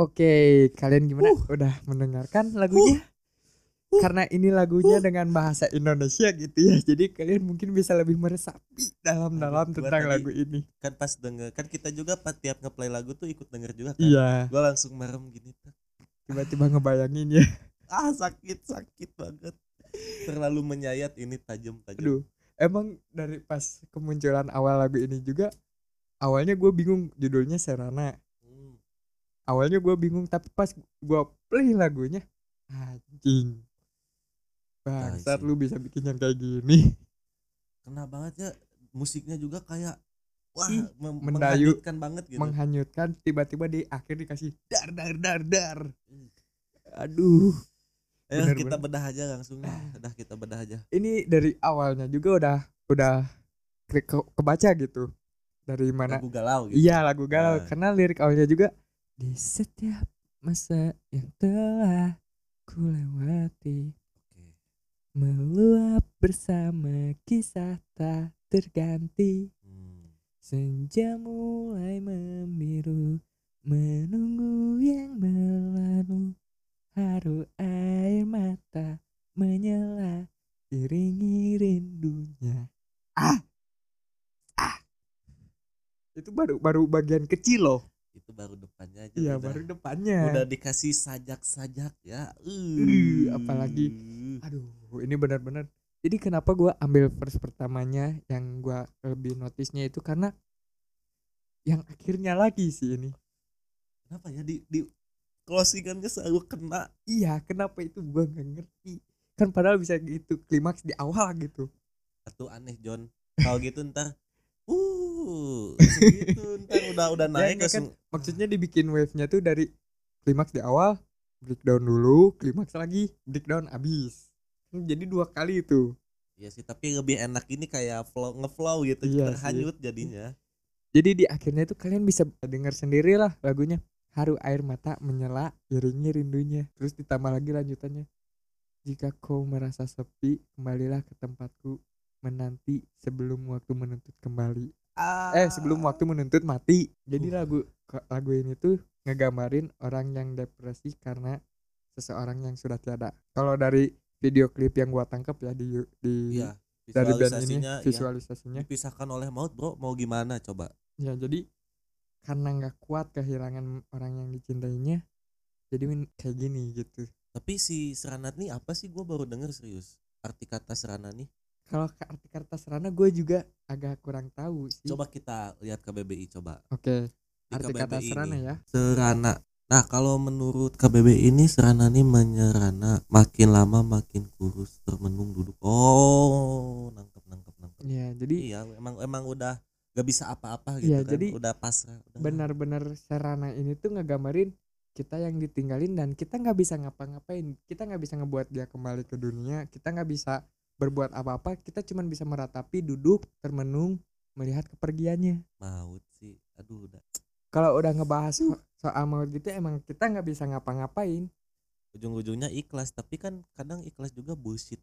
Oke, kalian gimana? Uh. Udah mendengarkan lagunya? Uh. Karena ini lagunya Uh. dengan bahasa Indonesia gitu ya. Jadi kalian mungkin bisa lebih meresapi dalam-dalam Aduh, gua tentang tadi- lagu ini. Kan pas denger, kan kita juga pas tiap ngeplay lagu tuh ikut denger juga kan. Iya, Gue langsung merem gini. tiba-tiba ngebayangin ya. Ah sakit sakit banget. Terlalu menyayat ini tajam-tajam. Aduh, emang dari pas kemunculan awal lagu ini juga, awalnya gue bingung judulnya Serana. Hmm. Awalnya gue bingung, tapi pas gue play lagunya, anjing, bangsat sih. lu bisa bikin yang kayak gini. Kena banget ya, musiknya juga kayak wah Ih, mem- mendayu. menghanyutkan banget gitu. Menghanyutkan, tiba-tiba di akhir dikasih dar dar dar dar. Hmm. Aduh, Ayo bener, kita bener. bedah aja langsung. Udah kita bedah aja. Ini dari awalnya juga udah udah ke, ke- kebaca gitu. Dari mana? Lagu galau gitu. Iya, lagu galau. Nah. Karena lirik awalnya juga di setiap masa yang telah ku lewati, Oke. meluap bersama kisah tak terganti. Hmm. Senja mulai membiru, menunggu yang berlalu. Haru air mata menyala, iringi rindunya. Ah, ah. Itu baru baru bagian kecil loh. Itu baru depannya aja. Iya, udah, baru depannya. Udah dikasih sajak-sajak ya. Uh, apalagi, aduh, ini benar-benar. Jadi kenapa gue ambil verse pertamanya yang gue lebih notisnya itu karena yang akhirnya lagi sih ini. Kenapa ya di di closingannya selalu kena. Iya, kenapa itu gue nggak ngerti. Kan padahal bisa gitu klimaks di awal gitu. Atau aneh John. Kalau gitu ntar uh gitu ntar udah udah Ya, naik enggak kan, langsung. maksudnya dibikin wave-nya tuh dari klimaks di awal, breakdown dulu, klimaks lagi, breakdown abis. Jadi dua kali itu. Iya sih, tapi lebih enak ini kayak flow ngeflow gitu, Iya terhanyut jadinya. Jadi di akhirnya tuh kalian bisa dengar sendiri lah lagunya. Haru air mata menyala, iringi rindunya. Terus ditambah lagi lanjutannya. Jika kau merasa sepi, kembalilah ke tempatku, menanti sebelum waktu menuntut kembali. Eh sebelum waktu menuntut mati. Jadi Uh. lagu lagu ini tuh ngegambarin orang yang depresi karena seseorang yang sudah tiada. Kalau dari video klip yang gua tangkap ya di di Iya, dari band ini visualisasinya ya, visualisasinya. dipisahkan oleh maut, Bro. Mau gimana coba? Ya jadi karena nggak kuat kehilangan orang yang dicintainya, jadi min- kayak gini gitu. Tapi si Seranat nih apa sih, gue baru denger serius. Arti kata Serana nih. Kalau ke arti kata serana gue juga agak kurang tahu sih. Coba kita lihat K B B I coba. Oke, Di arti K B B I kata serana nih. ya. Serana. Nah, kalau menurut K B B I ini Serana nih menyerana, makin lama makin kurus, termenung duduk. Oh, nangkep nangkep nangkep. Iya, jadi Iya, emang emang udah gak bisa apa-apa gitu Iya, kan. jadi Udah pasrah. Udah. benar-benar serana ini tuh ngegambarin kita yang ditinggalin dan kita nggak bisa ngapa-ngapain, kita nggak bisa ngebuat dia kembali ke dunia, kita nggak bisa berbuat apa-apa, kita cuman bisa meratapi, duduk, termenung, melihat kepergiannya. Maut sih. Aduh, udah. Kalau udah ngebahas so- soal maut gitu emang kita nggak bisa ngapa-ngapain. Ujung-ujungnya ikhlas, tapi kan kadang ikhlas juga bullshit.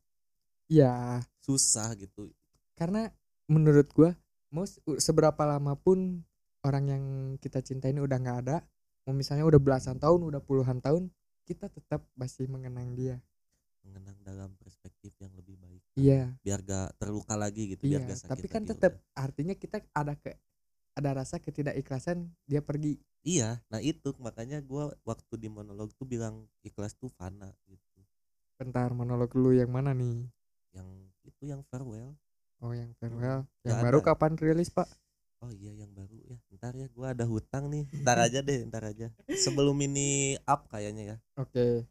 Ya, Susah gitu. karena menurut gua mau se- seberapa lama pun orang yang kita cintai ini udah nggak ada, mau misalnya udah belasan tahun, udah puluhan tahun, kita tetap masih mengenang dia. Mengenang dalam perspektif yang lebih baik. Iya. Biar gak terluka lagi gitu, Iya, biar gak sakit tapi kan lagi, tetap udah. artinya kita ada ke ada rasa ketidakikhlasan dia pergi. Iya, nah itu makanya gua waktu di monolog tuh bilang ikhlas tuh fana gitu. Bentar, monolog lu yang mana nih? Yang itu yang farewell. Oh, yang farewell. Hmm, Yang nggak baru ada. kapan rilis, Pak? Oh iya, yang baru ya. Ntar ya, gua ada hutang nih. Ntar aja deh, ntar aja. Sebelum ini up kayaknya ya. Oke.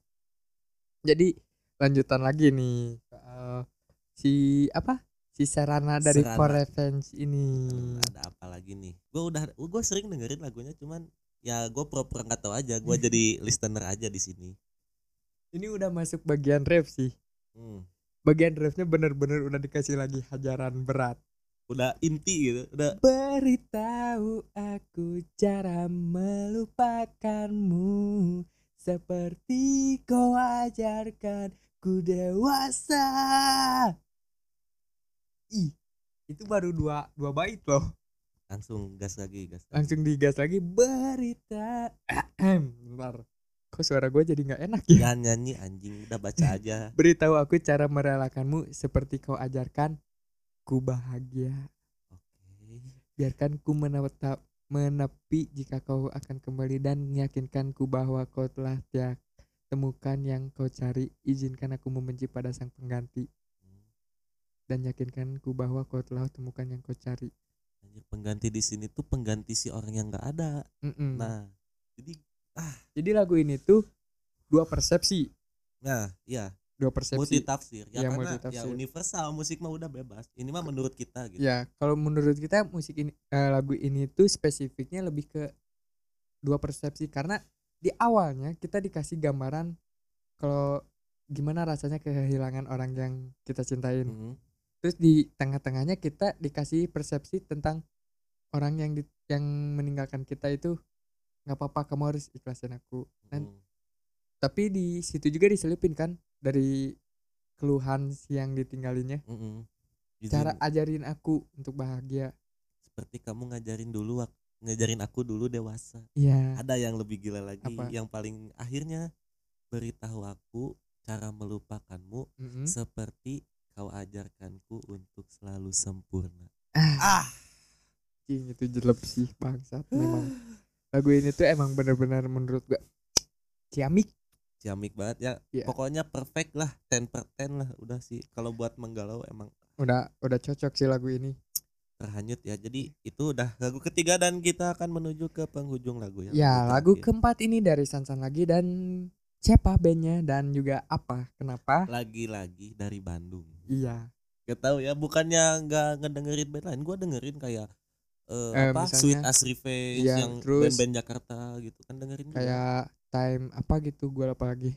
Jadi lanjutan lagi nih soal si apa? Si Serana dari Serana. For Revenge ini. Hmm, ada apa lagi nih? Gua udah gua sering dengerin lagunya, cuman ya gua pura-pura nggak tahu aja. Gua jadi listener aja di sini. Ini udah masuk bagian ref sih. Hmm. Bagian refnya bener-bener udah dikasih lagi hajaran berat. Udah inti gitu. Udah Beritahu aku cara melupakanmu, seperti kau ajarkan ku dewasa. Ih, itu baru dua dua bait loh. Langsung gas lagi, gas. lagi. Langsung digas lagi berita. Bentar. Kok suara gue jadi nggak enak ya? Jangan nyanyi anjing, udah baca aja. Beritahu aku cara merelakanmu seperti kau ajarkan. Ku bahagia. Oke. Biarkan ku menetap menepi jika kau akan kembali dan meyakinkanku bahwa kau telah tiak temukan yang kau cari. Izinkan aku membenci pada sang pengganti dan yakinkanku bahwa kau telah temukan yang kau cari. Anjir, pengganti di sini tuh pengganti si orang yang nggak ada. Mm-mm. Nah, jadi ah, Jadi lagu ini tuh dua persepsi, nah, iya, dua multi persepsi. tafsir. Ya Iya, karena multitafsir. ya universal, musik mah udah bebas. Ini mah menurut kita gitu. Ya, kalau menurut kita musik ini eh, lagu ini tuh spesifiknya lebih ke dua persepsi karena di awalnya kita dikasih gambaran kalau gimana rasanya kehilangan orang yang kita cintain. Mhm. Terus di tengah-tengahnya kita dikasih persepsi tentang orang yang di, yang meninggalkan kita itu nggak apa-apa, kamu harus ikhlasin aku. Dan Mhm. tapi di situ juga diselipin kan dari keluhan si yang ditinggalinnya. Mhm. Izin, Cara ajarin aku untuk bahagia. seperti kamu ngajarin dulu wak- ngajarin aku dulu dewasa. Iya. Ada yang lebih gila lagi, Apa? yang paling akhirnya beritahu aku cara melupakanmu Mm-mm. seperti kau ajarkanku untuk selalu sempurna. Ah, Ah, anjing, itu jelek sih bangsat memang. Lagu ini tuh emang benar-benar menurut gua ciamik. ciamik banget ya. Iya. Pokoknya perfect lah, ten per ten lah udah sih. Kalau buat menggalau emang Udah udah cocok sih lagu ini. terhanyut ya. Jadi itu udah lagu ketiga dan kita akan menuju ke penghujung lagu ya. Ya, lagu terakhir. keempat ini dari Sansan lagi dan siapa bandnya dan juga apa, kenapa? Lagi-lagi dari Bandung. Iya. Gak tahu ya, bukannya nggak ngedengerin band lain, gue dengerin kayak eh, Eh, apa misalnya, Sweet As Revenge iya, yang terus band-band Jakarta gitu kan dengerin juga. Kayak time apa gitu gua lupa lagi.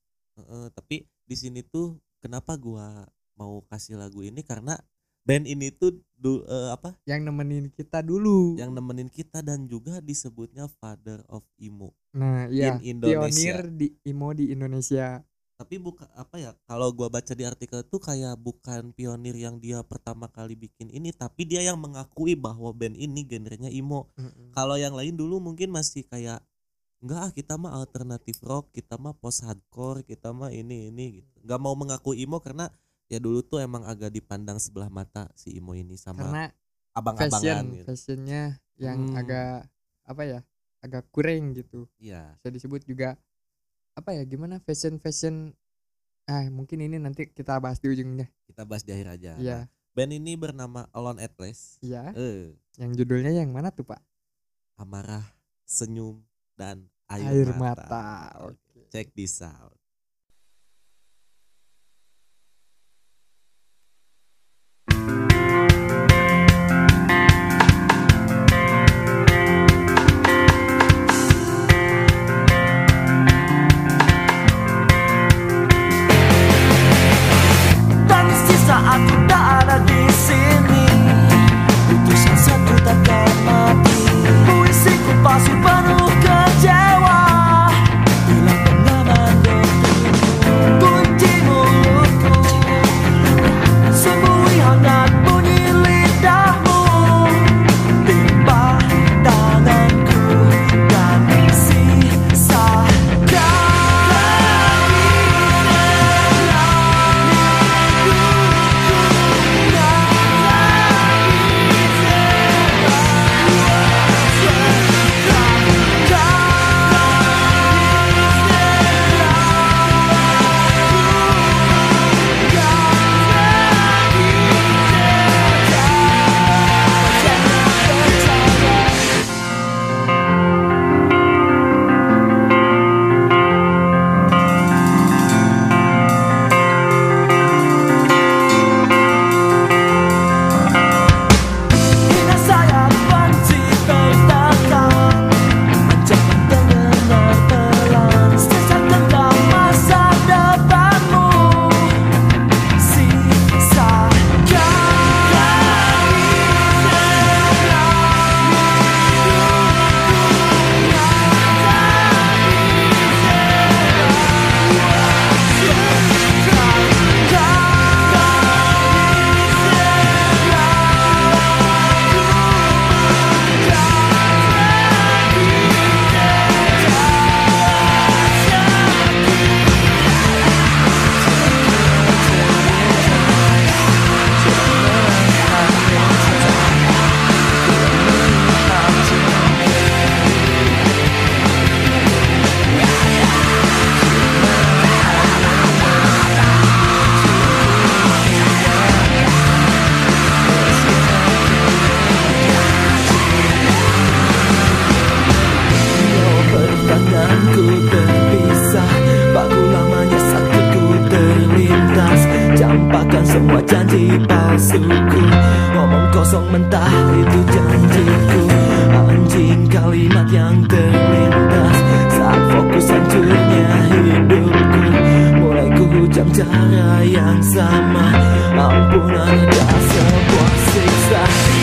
Heeh, tapi di sini tuh kenapa gua mau kasih lagu ini karena band ini tuh du, eh, apa Yang nemenin kita dulu. yang nemenin kita dan juga disebutnya Father of Emo. Nah, iya, in Indonesia. pionir di emo di Indonesia. Tapi bukan apa ya, kalau gua baca di artikel tuh kayak bukan pionir yang dia pertama kali bikin ini, tapi dia yang mengakui bahwa band ini genrenya emo. Mm-mm. Kalau yang lain dulu mungkin masih kayak enggak ah, kita mah alternatif rock, kita mah post hardcore, kita mah ini ini gitu. Enggak mau mengaku emo karena ya dulu tuh emang agak dipandang sebelah mata si emo ini sama Karena abang-abangan fashion, gitu. fashionnya yang Hmm. agak apa ya, agak kurang gitu. Iya. Bisa disebut juga apa ya, gimana fashion fashion. Ah, mungkin ini nanti kita bahas di ujungnya. Kita bahas di akhir aja. Iya, Nah, band ini bernama Alone at Last. iya. Eh, Yang judulnya yang mana tuh, Pak? amarah, senyum dan air, Air mata. mata. Oke. Check this out. Tangis di saat ku tak ada di sini. Putuskan satu takkan mati. Puisiku palsu penuh kecewa. Hilang pengaman detikmu. Kunci mulutku. Sembunyi hangat bunyi lidahmu. Timpah tanganku dan sisakan. Love palsuku. Ngomong kosong mentah itu janjiku. Anjing kalimat yang terlintas saat fokus hancurnya hidupku. Mulai ku hujam cara yang sama. Ampunan adalah sebuah siksa.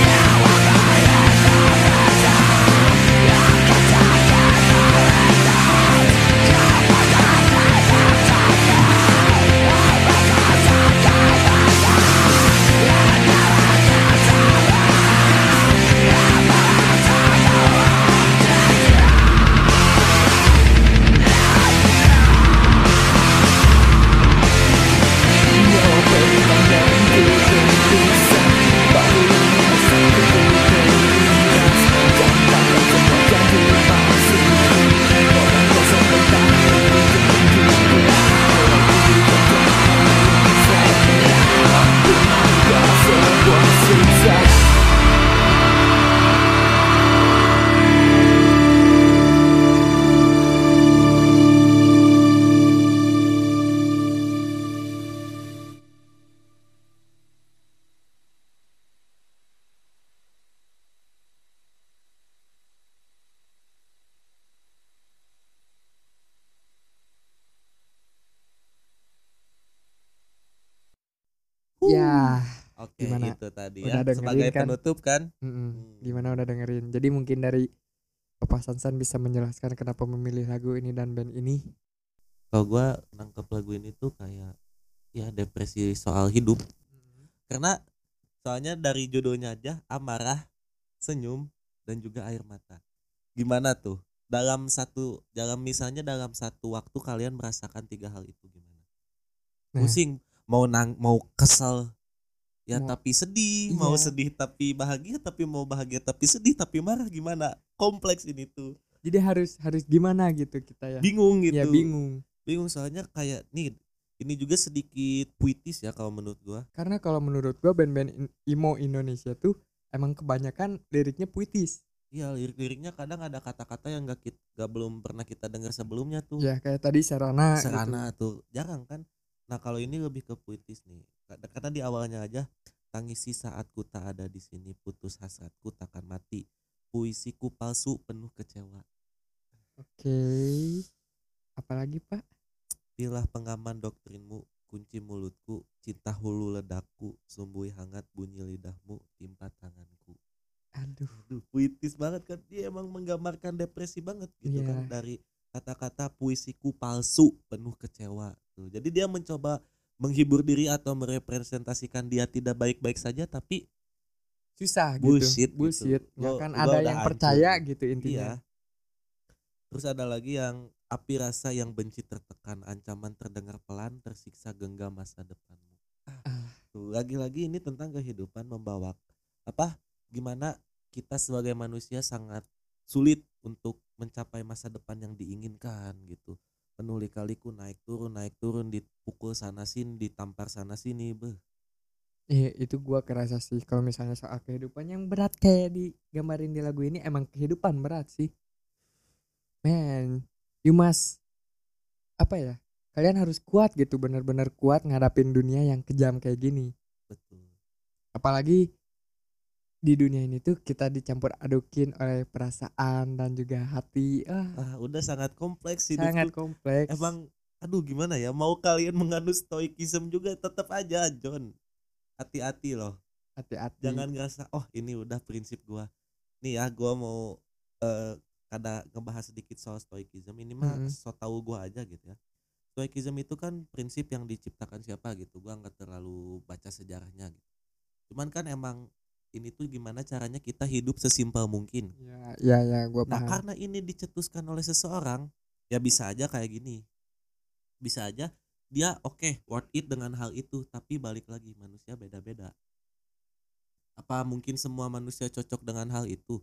Ya, Oke, Gimana? itu tadi Udah ya dengerin sebagai kan? penutup kan. mm-mm. Gimana udah dengerin? Jadi mungkin dari Papa Sansan bisa menjelaskan kenapa memilih lagu ini dan band ini. Kalau gua nangkep lagu ini tuh kayak ya depresi soal hidup. Karena soalnya dari judulnya aja amarah, senyum dan juga air mata. Gimana tuh? Dalam satu dalam misalnya dalam satu waktu kalian merasakan tiga hal itu gimana? Nah. Pusing, mau nang mau kesel ya Mau- tapi sedih, Iya. mau sedih tapi bahagia, tapi mau bahagia tapi sedih, tapi marah, gimana? Kompleks ini tuh. Jadi harus harus gimana gitu kita ya? Bingung gitu. Ya bingung. Bingung soalnya kayak nih ini juga sedikit puitis ya kalau menurut gua. Karena kalau menurut gua band-band in- emo Indonesia tuh emang kebanyakan liriknya puitis. Iya, lirik-liriknya kadang ada kata-kata yang gak, kita, gak belum pernah kita dengar sebelumnya tuh. Ya kayak tadi Serana, Serana gitu. tuh jarang kan. Nah kalau ini lebih ke puitis nih. Karena karena di awalnya aja tangisi saat ku tak ada di sini, putus hasratku takkan mati, puisiku palsu penuh kecewa. Oke. Apalagi Pak? Pilah pengaman doktrinmu, kunci mulutku, cinta hulu ledakku, sumbui hangat bunyi lidahmu, timpa tanganku. Aduh. Aduh, puitis banget kan, dia emang menggambarkan depresi banget gitu Iya. kan, dari kata-kata puisiku palsu penuh kecewa tuh. Jadi dia mencoba menghibur diri atau merepresentasikan dia tidak baik-baik saja, tapi Susah bullshit gitu. Bullshit. gitu. Nggak Gua- kan gua ada udah yang hancur percaya gitu. gitu intinya. Iya. Terus ada lagi yang api rasa yang benci tertekan, ancaman terdengar pelan, tersiksa genggam masa depanmu. Ah, Ah. tuh lagi-lagi ini tentang kehidupan, membawa apa gimana kita sebagai manusia sangat sulit untuk mencapai masa depan yang diinginkan gitu. Penuh lika-liku, naik turun naik turun, dipukul sana sini, ditampar sana sini, beh. Iya itu gua kerasa sih kalau misalnya soal kehidupan yang berat kayak digambarin di lagu ini emang kehidupan berat sih. Man, you must apa ya? Kalian harus kuat gitu, benar-benar kuat ngadapin dunia yang kejam kayak gini. Betul. Apalagi di dunia ini tuh kita dicampur adukin oleh perasaan dan juga hati. Ah, Ah, udah sangat kompleks hidup sangat tuh. kompleks. Emang aduh gimana ya, mau kalian menganut stoikism juga tetap aja John, hati-hati loh. hati-hati. Jangan ngerasa oh ini udah prinsip gua nih ya, gua mau eh kada ngebahas sedikit soal stoikism ini mah. Mm-mm. So tahu gua aja gitu ya. Stoikism itu kan prinsip yang diciptakan siapa gitu, gua nggak terlalu baca sejarahnya gitu. Cuman kan emang ini tuh gimana caranya kita hidup sesimpel mungkin. Ya, ya, ya, gua Nah paham. karena ini dicetuskan oleh seseorang, ya bisa aja kayak gini, bisa aja dia oke okay, worth it dengan hal itu, tapi balik lagi manusia beda-beda. Apa mungkin semua manusia cocok dengan hal itu?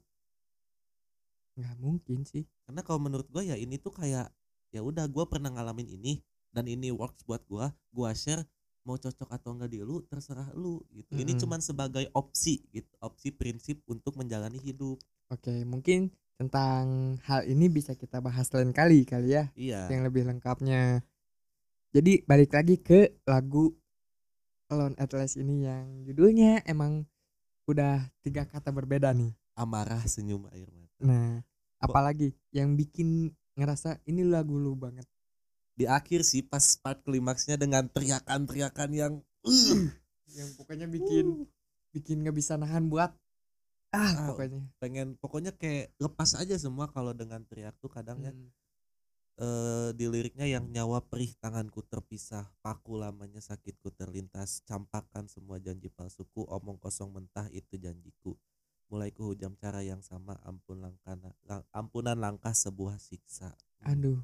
Nggak mungkin sih. Karena kalau menurut gue ya ini tuh kayak ya udah gue pernah ngalamin ini dan ini works buat gue, gue share, mau cocok atau enggak di lu terserah lu gitu. Ini Mm-mm. cuman sebagai opsi gitu, opsi prinsip untuk menjalani hidup. Oke, mungkin tentang hal ini bisa kita bahas lain kali kali ya, Iya. yang lebih lengkapnya. Jadi balik lagi ke lagu Alone at Last ini yang judulnya emang udah tiga kata berbeda nih. Amarah, senyum, air mata. Nah, Kok- apalagi yang bikin ngerasa ini lagu lu banget. Di akhir sih pas part klimaksnya dengan teriakan-teriakan yang uh, Yang pokoknya bikin bikin nggak bisa nahan buat ah, Ah, pokoknya. pengen pokoknya kayak lepas aja semua kalau dengan teriak tuh kadang ya. Hmm. Eh, di liriknya yang nyawa perih tanganku terpisah, paku lamanya sakitku terlintas, campakkan semua janji palsuku, omong kosong mentah itu janjiku. Mulai ku hujam cara yang sama, ampun langkah, lang- ampunan langkah sebuah siksa. Aduh,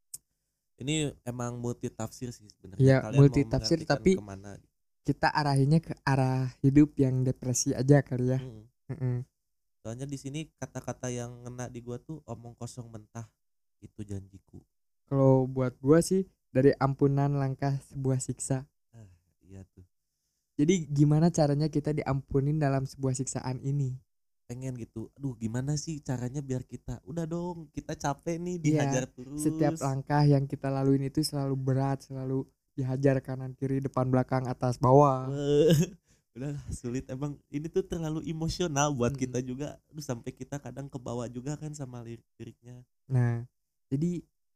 Ini emang multi tafsir sih sebenarnya. Iya, Kalian multi mau tafsir, mengartikan tapi kemana? kita arahinnya ke arah hidup yang depresi aja kali ya. Mm. Mm-mm. Soalnya di sini kata-kata yang ngena di gua tuh omong kosong mentah itu janjiku. Kalau buat gua sih dari ampunan langkah sebuah siksa. Ah, iya tuh. Jadi gimana caranya kita diampunin dalam sebuah siksaan ini? Pengen gitu, aduh gimana sih caranya biar kita udah dong, kita capek nih Iya, dihajar terus. setiap langkah yang kita laluin itu selalu berat, selalu dihajar kanan kiri depan belakang atas bawah. Weh, udah sulit emang, ini tuh terlalu emosional buat Mm-mm. kita juga. Aduh sampai kita kadang kebawa juga kan sama lirik-liriknya. Nah, jadi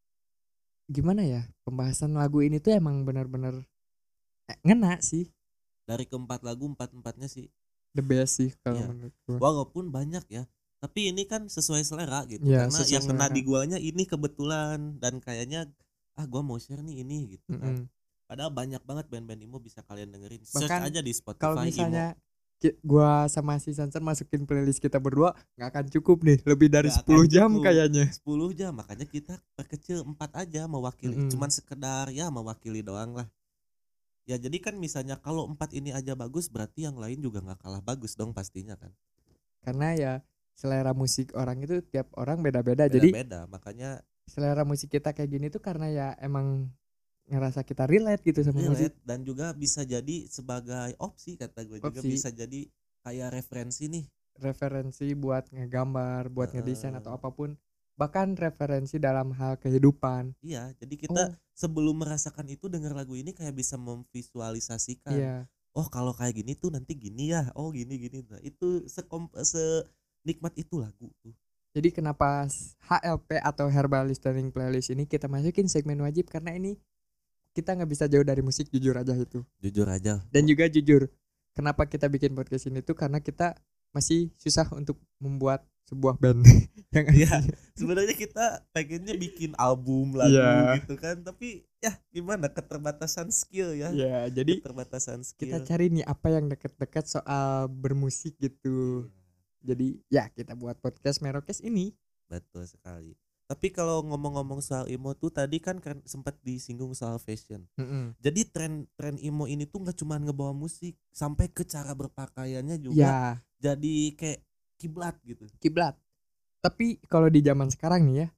gimana ya, pembahasan lagu ini tuh emang benar-benar eh, ngena sih, Dari keempat lagu empat-empatnya sih, the best sih kalau Iya. menurut gua. walaupun banyak ya, tapi ini kan sesuai selera gitu. Iya, Karena sesuai yang ngena selera. di guanya ini kebetulan dan kayaknya ah gua mau share nih ini gitu kan. Mm-mm. Padahal banyak banget band-band emo bisa kalian dengerin. Search Bahkan aja di Spotify Kalau emo. misalnya ki- gua sama si Sansan masukin playlist kita berdua nggak akan cukup nih, lebih dari Nggak sepuluh akan jam cukup. kayaknya. sepuluh jam, makanya kita perkecil empat aja mewakili. Mm-mm. Cuman sekedar ya mewakili doang lah. Ya jadi kan misalnya kalau empat ini aja bagus, berarti yang lain juga nggak kalah bagus dong pastinya kan. Karena ya selera musik orang itu tiap orang beda-beda. Jadi Beda-beda, makanya selera musik kita kayak gini tuh karena ya emang ngerasa kita relate gitu sama musik. relate dan juga bisa jadi sebagai opsi, kata gue juga Opsi. bisa jadi kayak referensi nih. Referensi buat ngegambar, buat Heeh. ngedesain atau apapun. Bahkan referensi dalam hal kehidupan. Iya, jadi kita Oh. sebelum merasakan itu denger lagu ini kayak bisa memvisualisasikan. Iya. Oh kalau kayak gini tuh nanti gini ya, oh gini gini. Nah, itu sekom senikmat itu lagu tuh. Jadi kenapa H L P atau Herbal Listening Playlist ini kita masukin segmen wajib, karena ini kita nggak bisa jauh dari musik, jujur aja itu. Jujur aja. Dan juga jujur, kenapa kita bikin podcast ini tuh karena kita masih susah untuk membuat sebuah band yang Iya, asli. sebenarnya kita pengennya bikin album lagu Iya. gitu kan, tapi ya gimana, keterbatasan skill ya. Ya, jadi Keterbatasan kita skill. cari nih apa yang deket-deket soal bermusik gitu. Iya, Jadi ya kita buat podcast Merokes ini. betul sekali. Tapi kalau ngomong-ngomong soal emo tuh tadi kan, kan sempat disinggung soal fashion. Mm-mm. Jadi tren-tren emo ini tuh nggak cuma ngebawa musik, sampai ke cara berpakaiannya juga Ya, jadi kayak kiblat gitu. kiblat. Tapi kalau di zaman sekarang nih ya,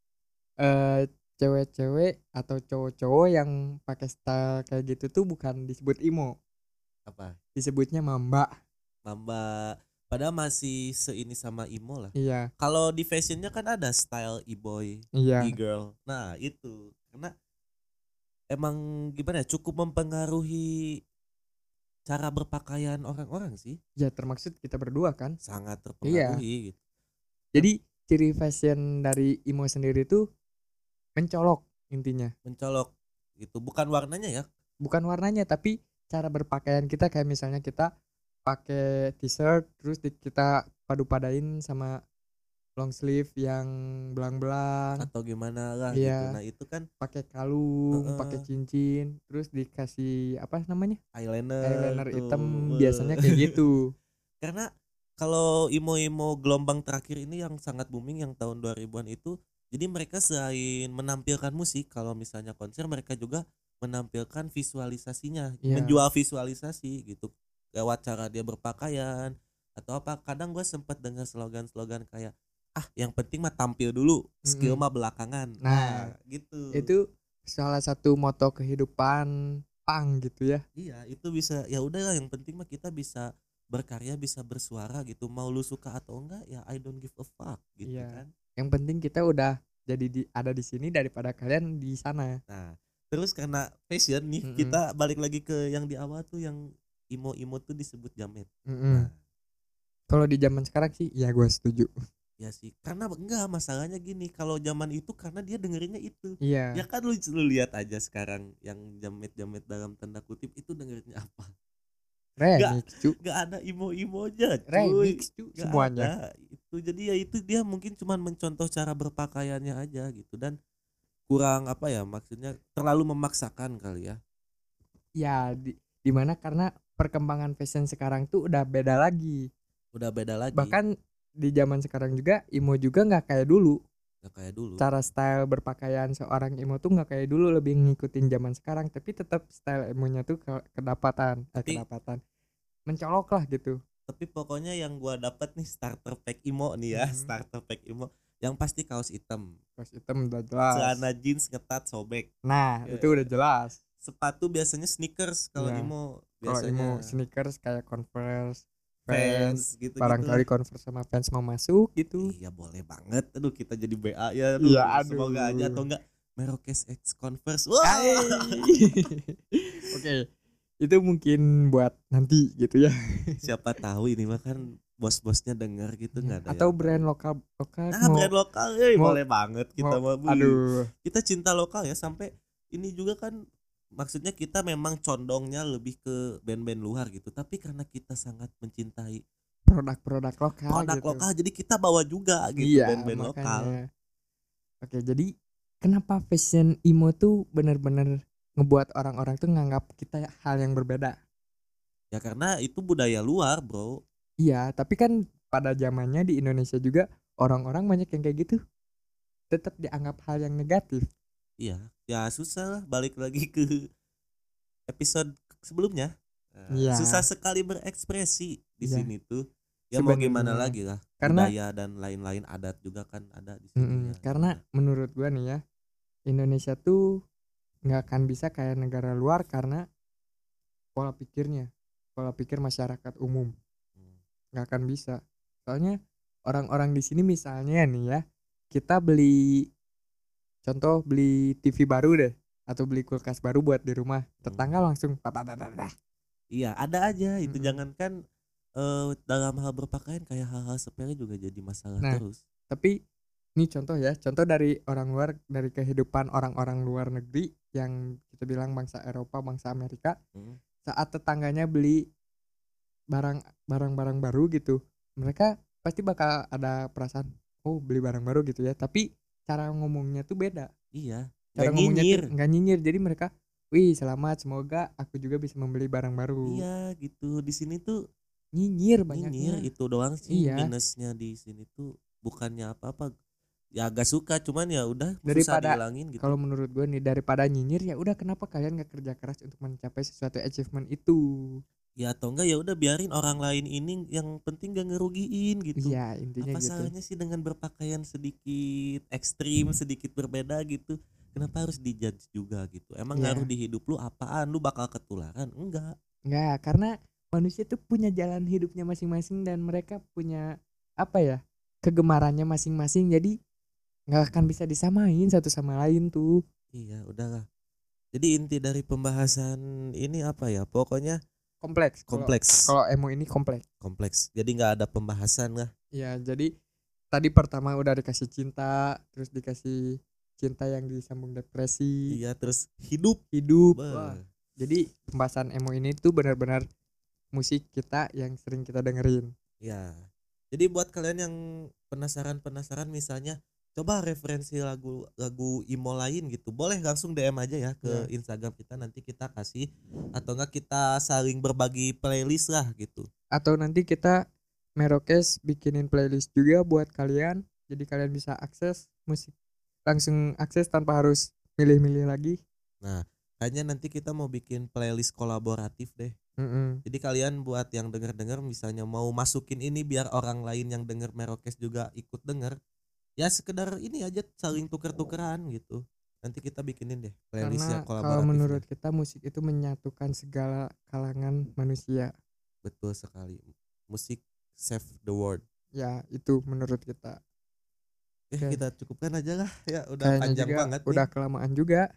eh cewek-cewek atau cowok-cowok yang pakai style kayak gitu tuh bukan disebut emo, Apa? disebutnya mamba. Mamba. Padahal masih seini sama emo lah. Iya, Kalau di fashionnya kan ada style e-boy, iya, e-girl. Nah itu karena emang gimana ya, cukup mempengaruhi cara berpakaian orang-orang sih. ya termaksud kita berdua kan. Sangat terpengaruhi gitu. Jadi ciri fashion dari emo sendiri tuh mencolok intinya. Mencolok gitu. Bukan warnanya ya. Bukan warnanya tapi cara berpakaian kita, kayak misalnya kita pakai t-shirt terus di- kita padu-padain sama long sleeve yang belang-belang, Atau gimana lah Iya. gitu. Nah itu kan pakai kalung, Heeh. pakai cincin, terus dikasih apa namanya? eyeliner. eyeliner tuh. hitam, Wah. biasanya kayak gitu. Karena kalau imo-imo gelombang terakhir ini yang sangat booming yang tahun dua ribuan itu, jadi mereka selain menampilkan musik, kalau misalnya konser mereka juga menampilkan visualisasinya, Iya. menjual visualisasi gitu lewat cara dia berpakaian atau apa. Kadang gue sempat dengar slogan-slogan kayak ah yang penting mah tampil dulu, skill Mm-mm. mah belakangan. Nah, gitu. Itu salah satu moto kehidupan punk gitu ya. Iya, itu bisa, ya udahlah yang penting mah kita bisa berkarya, bisa bersuara gitu. Mau lu suka atau enggak ya I don't give a fuck gitu Iya. kan. Yang penting kita udah jadi di, ada di sini daripada kalian di sana. Nah, Terus karena fashion nih, Mm-mm. kita balik lagi ke yang di awal tuh, yang imo-imo tuh disebut jamet. Mm-mm. Nah, Kalau di zaman sekarang sih ya gue setuju. ya sih, karena enggak, masalahnya gini, kalau zaman itu karena dia dengerinnya itu. Iya. Ya kan lu, lu lihat aja sekarang yang jamet-jamet dalam tanda kutip itu dengerinnya apa? Remix cu. Gak ada imo-imonya, cuy. Remix cu Gak semuanya. ada. Itu jadi ya itu dia mungkin cuman mencontoh cara berpakaiannya aja gitu, dan kurang apa ya, maksudnya terlalu memaksakan kali ya. Ya di dimana karena perkembangan fashion sekarang tuh udah beda lagi. Udah beda lagi. Bahkan di zaman sekarang juga imo juga nggak kayak dulu. Gak kayak dulu. Cara style berpakaian seorang imo tuh nggak kayak dulu, lebih ngikutin zaman sekarang, tapi tetap style imonya tuh ke- kedapatan, eh, Tapi- kedapatan, mencolok lah gitu. Tapi pokoknya yang gua dapat nih starter pack imo nih ya, Mhm. starter pack imo yang pasti kaos hitam, Kaos hitam udah jelas. celana jeans ngetat sobek, Nah Ya. itu udah jelas. sepatu biasanya sneakers kalau Iya. imo Kalau biasanya imo sneakers kayak Converse, Vans, Vans gitu, barangkali Converse sama Vans mau masuk gitu. Iya boleh banget. Aduh kita jadi B A ya. Aduh, Iya, aduh. semoga aja, atau enggak Merokes X Converse. Wah. Oke, itu mungkin buat nanti gitu ya. Siapa tahu ini mah kan bos-bosnya dengar gitu, nggak ada Atau yang brand tahu. lokal lokal Nah, mau- brand lokal eh, mau- boleh banget kita mau- mah. Wih. aduh, Kita cinta lokal ya, sampai ini juga kan, maksudnya kita memang condongnya lebih ke band-band luar gitu, tapi karena kita sangat mencintai produk-produk lokal produk gitu. lokal, jadi kita bawa juga gitu Iya, band-band lokal. makanya. Oke, jadi kenapa fashion emo tuh benar-benar ngebuat orang-orang tuh nganggap kita hal yang berbeda? Ya karena itu budaya luar, bro. Iya, tapi kan pada zamannya di Indonesia juga orang-orang banyak yang kayak gitu. Tetap dianggap hal yang negatif. Iya, ya susah lah, balik lagi ke episode sebelumnya. Nah, Iya. susah sekali berekspresi di Iya. sini tuh. Ya mau gimana Sebenarnya. lagi lah. Karena- Budaya dan lain-lain, adat juga kan ada di sini. Mm-mm, ya. karena menurut gua nih ya, Indonesia tuh nggak akan bisa kayak negara luar karena pola pikirnya, pola pikir masyarakat umum Hmm. nggak akan bisa. Soalnya orang-orang di sini misalnya nih ya, kita beli, contoh beli T V baru deh, atau beli kulkas baru buat di rumah, tetangga langsung patah-patah. Iya, ada aja itu. Mm-mm. Jangankan eh, dalam hal berpakaian, kayak hal-hal sepele juga jadi masalah Nah. terus. Tapi ini contoh ya, contoh dari orang luar, dari kehidupan orang-orang luar negeri yang kita bilang bangsa Eropa, bangsa Amerika. Hmm. Saat tetangganya beli barang barang-barang baru gitu, mereka pasti bakal ada perasaan, oh beli barang baru gitu ya, tapi cara ngomongnya tuh beda. Iya, Cara nggak ngomongnya nyinyir. tuh nggak nyinyir, jadi mereka, wih selamat, semoga aku juga bisa membeli barang baru. Iya gitu. Di sini tuh Nyinyir nyinyir, banyaknya. itu doang sih Iya. minusnya di sini tuh. Bukannya apa-apa. Ya agak suka, cuman ya udah, susah Daripada- dihilangin gitu. Kalau menurut gue nih, daripada nyinyir ya udah, kenapa kalian nggak kerja keras untuk mencapai sesuatu achievement itu? Ya atau enggak ya udah biarin orang lain ini, yang penting gak ngerugiin gitu. Iya, intinya Apa gitu. salahnya sih dengan berpakaian sedikit ekstrim, sedikit berbeda gitu? Kenapa harus dijudge juga gitu? Emang Iya. ngaruh di hidup lu apaan? Lu bakal ketularan? Enggak. Nggak, karena manusia tuh punya jalan hidupnya masing-masing dan mereka punya apa ya, kegemarannya masing-masing, jadi nggak akan bisa disamain satu sama lain tuh. Iya, udahlah. Jadi inti dari pembahasan ini apa ya? Pokoknya Kompleks. Kalau- kompleks. Kalau emo ini kompleks. Kompleks. Jadi nggak ada pembahasan lah. Ya, jadi tadi pertama udah dikasih cinta, terus dikasih cinta yang disambung depresi, Iya, terus hidup. hidup. Bah. Wah. Jadi pembahasan emo ini tuh benar-benar musik kita yang sering kita dengerin. Ya. Jadi buat kalian yang penasaran-penasaran, misalnya coba referensi lagu lagu emo lain gitu, boleh langsung D M aja ya ke Instagram kita, nanti kita kasih, atau enggak kita saling berbagi playlist lah gitu. Atau nanti kita Merokes bikinin playlist juga buat kalian, jadi kalian bisa akses musik, langsung akses tanpa harus milih-milih lagi. Kayaknya nanti kita mau bikin playlist kolaboratif deh. Mm-mm. Jadi kalian buat yang denger-denger, misalnya mau masukin ini biar orang lain yang denger Merokes juga ikut denger, ya sekedar ini aja, saling tuker-tukeran gitu. Nanti kita bikinin deh playlistnya Karena kolaboratif. kalau deh. menurut kita musik itu menyatukan segala kalangan manusia. Betul sekali. Musik save the world. Ya itu menurut kita. Eh Oke. kita cukupkan aja lah ya, udah Kayaknya panjang juga banget udah nih. kelamaan juga.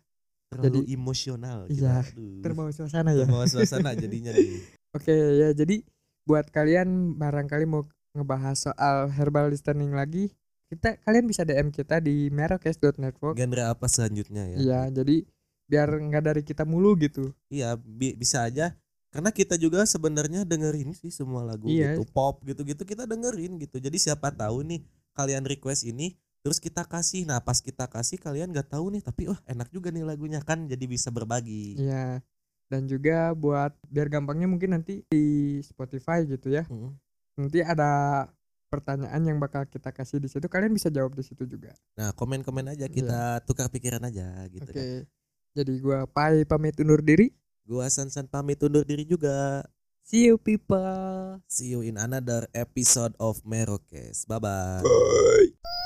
terlalu Jadi- emosional Iya, kita. Aduh, Terbawa suasana ya. terbawa suasana jadinya nih. Oke ya, jadi buat kalian barangkali mau ngebahas soal herbal listening lagi, kita kalian bisa D M kita di merokes dot network. Genre apa selanjutnya ya? Iya, jadi biar nggak dari kita mulu gitu. Iya, bi- bisa aja karena kita juga sebenarnya dengerin sih semua lagu Iya. gitu, pop gitu-gitu kita dengerin gitu. Jadi siapa tahu nih kalian request ini terus kita kasih. Nah, pas kita kasih kalian nggak tahu nih tapi wah enak juga nih lagunya kan jadi bisa berbagi. Iya. Dan juga buat biar gampangnya mungkin nanti di Spotify gitu ya. Mm. Nanti ada pertanyaan yang bakal kita kasih di situ, kalian bisa jawab di situ juga. Nah, komen-komen aja kita tukar pikiran aja gitu Oke. kan. Jadi gua Pai pamit undur diri. Gua Sansan pamit undur diri juga. See you people. See you in another episode of Merokes. Bye bye.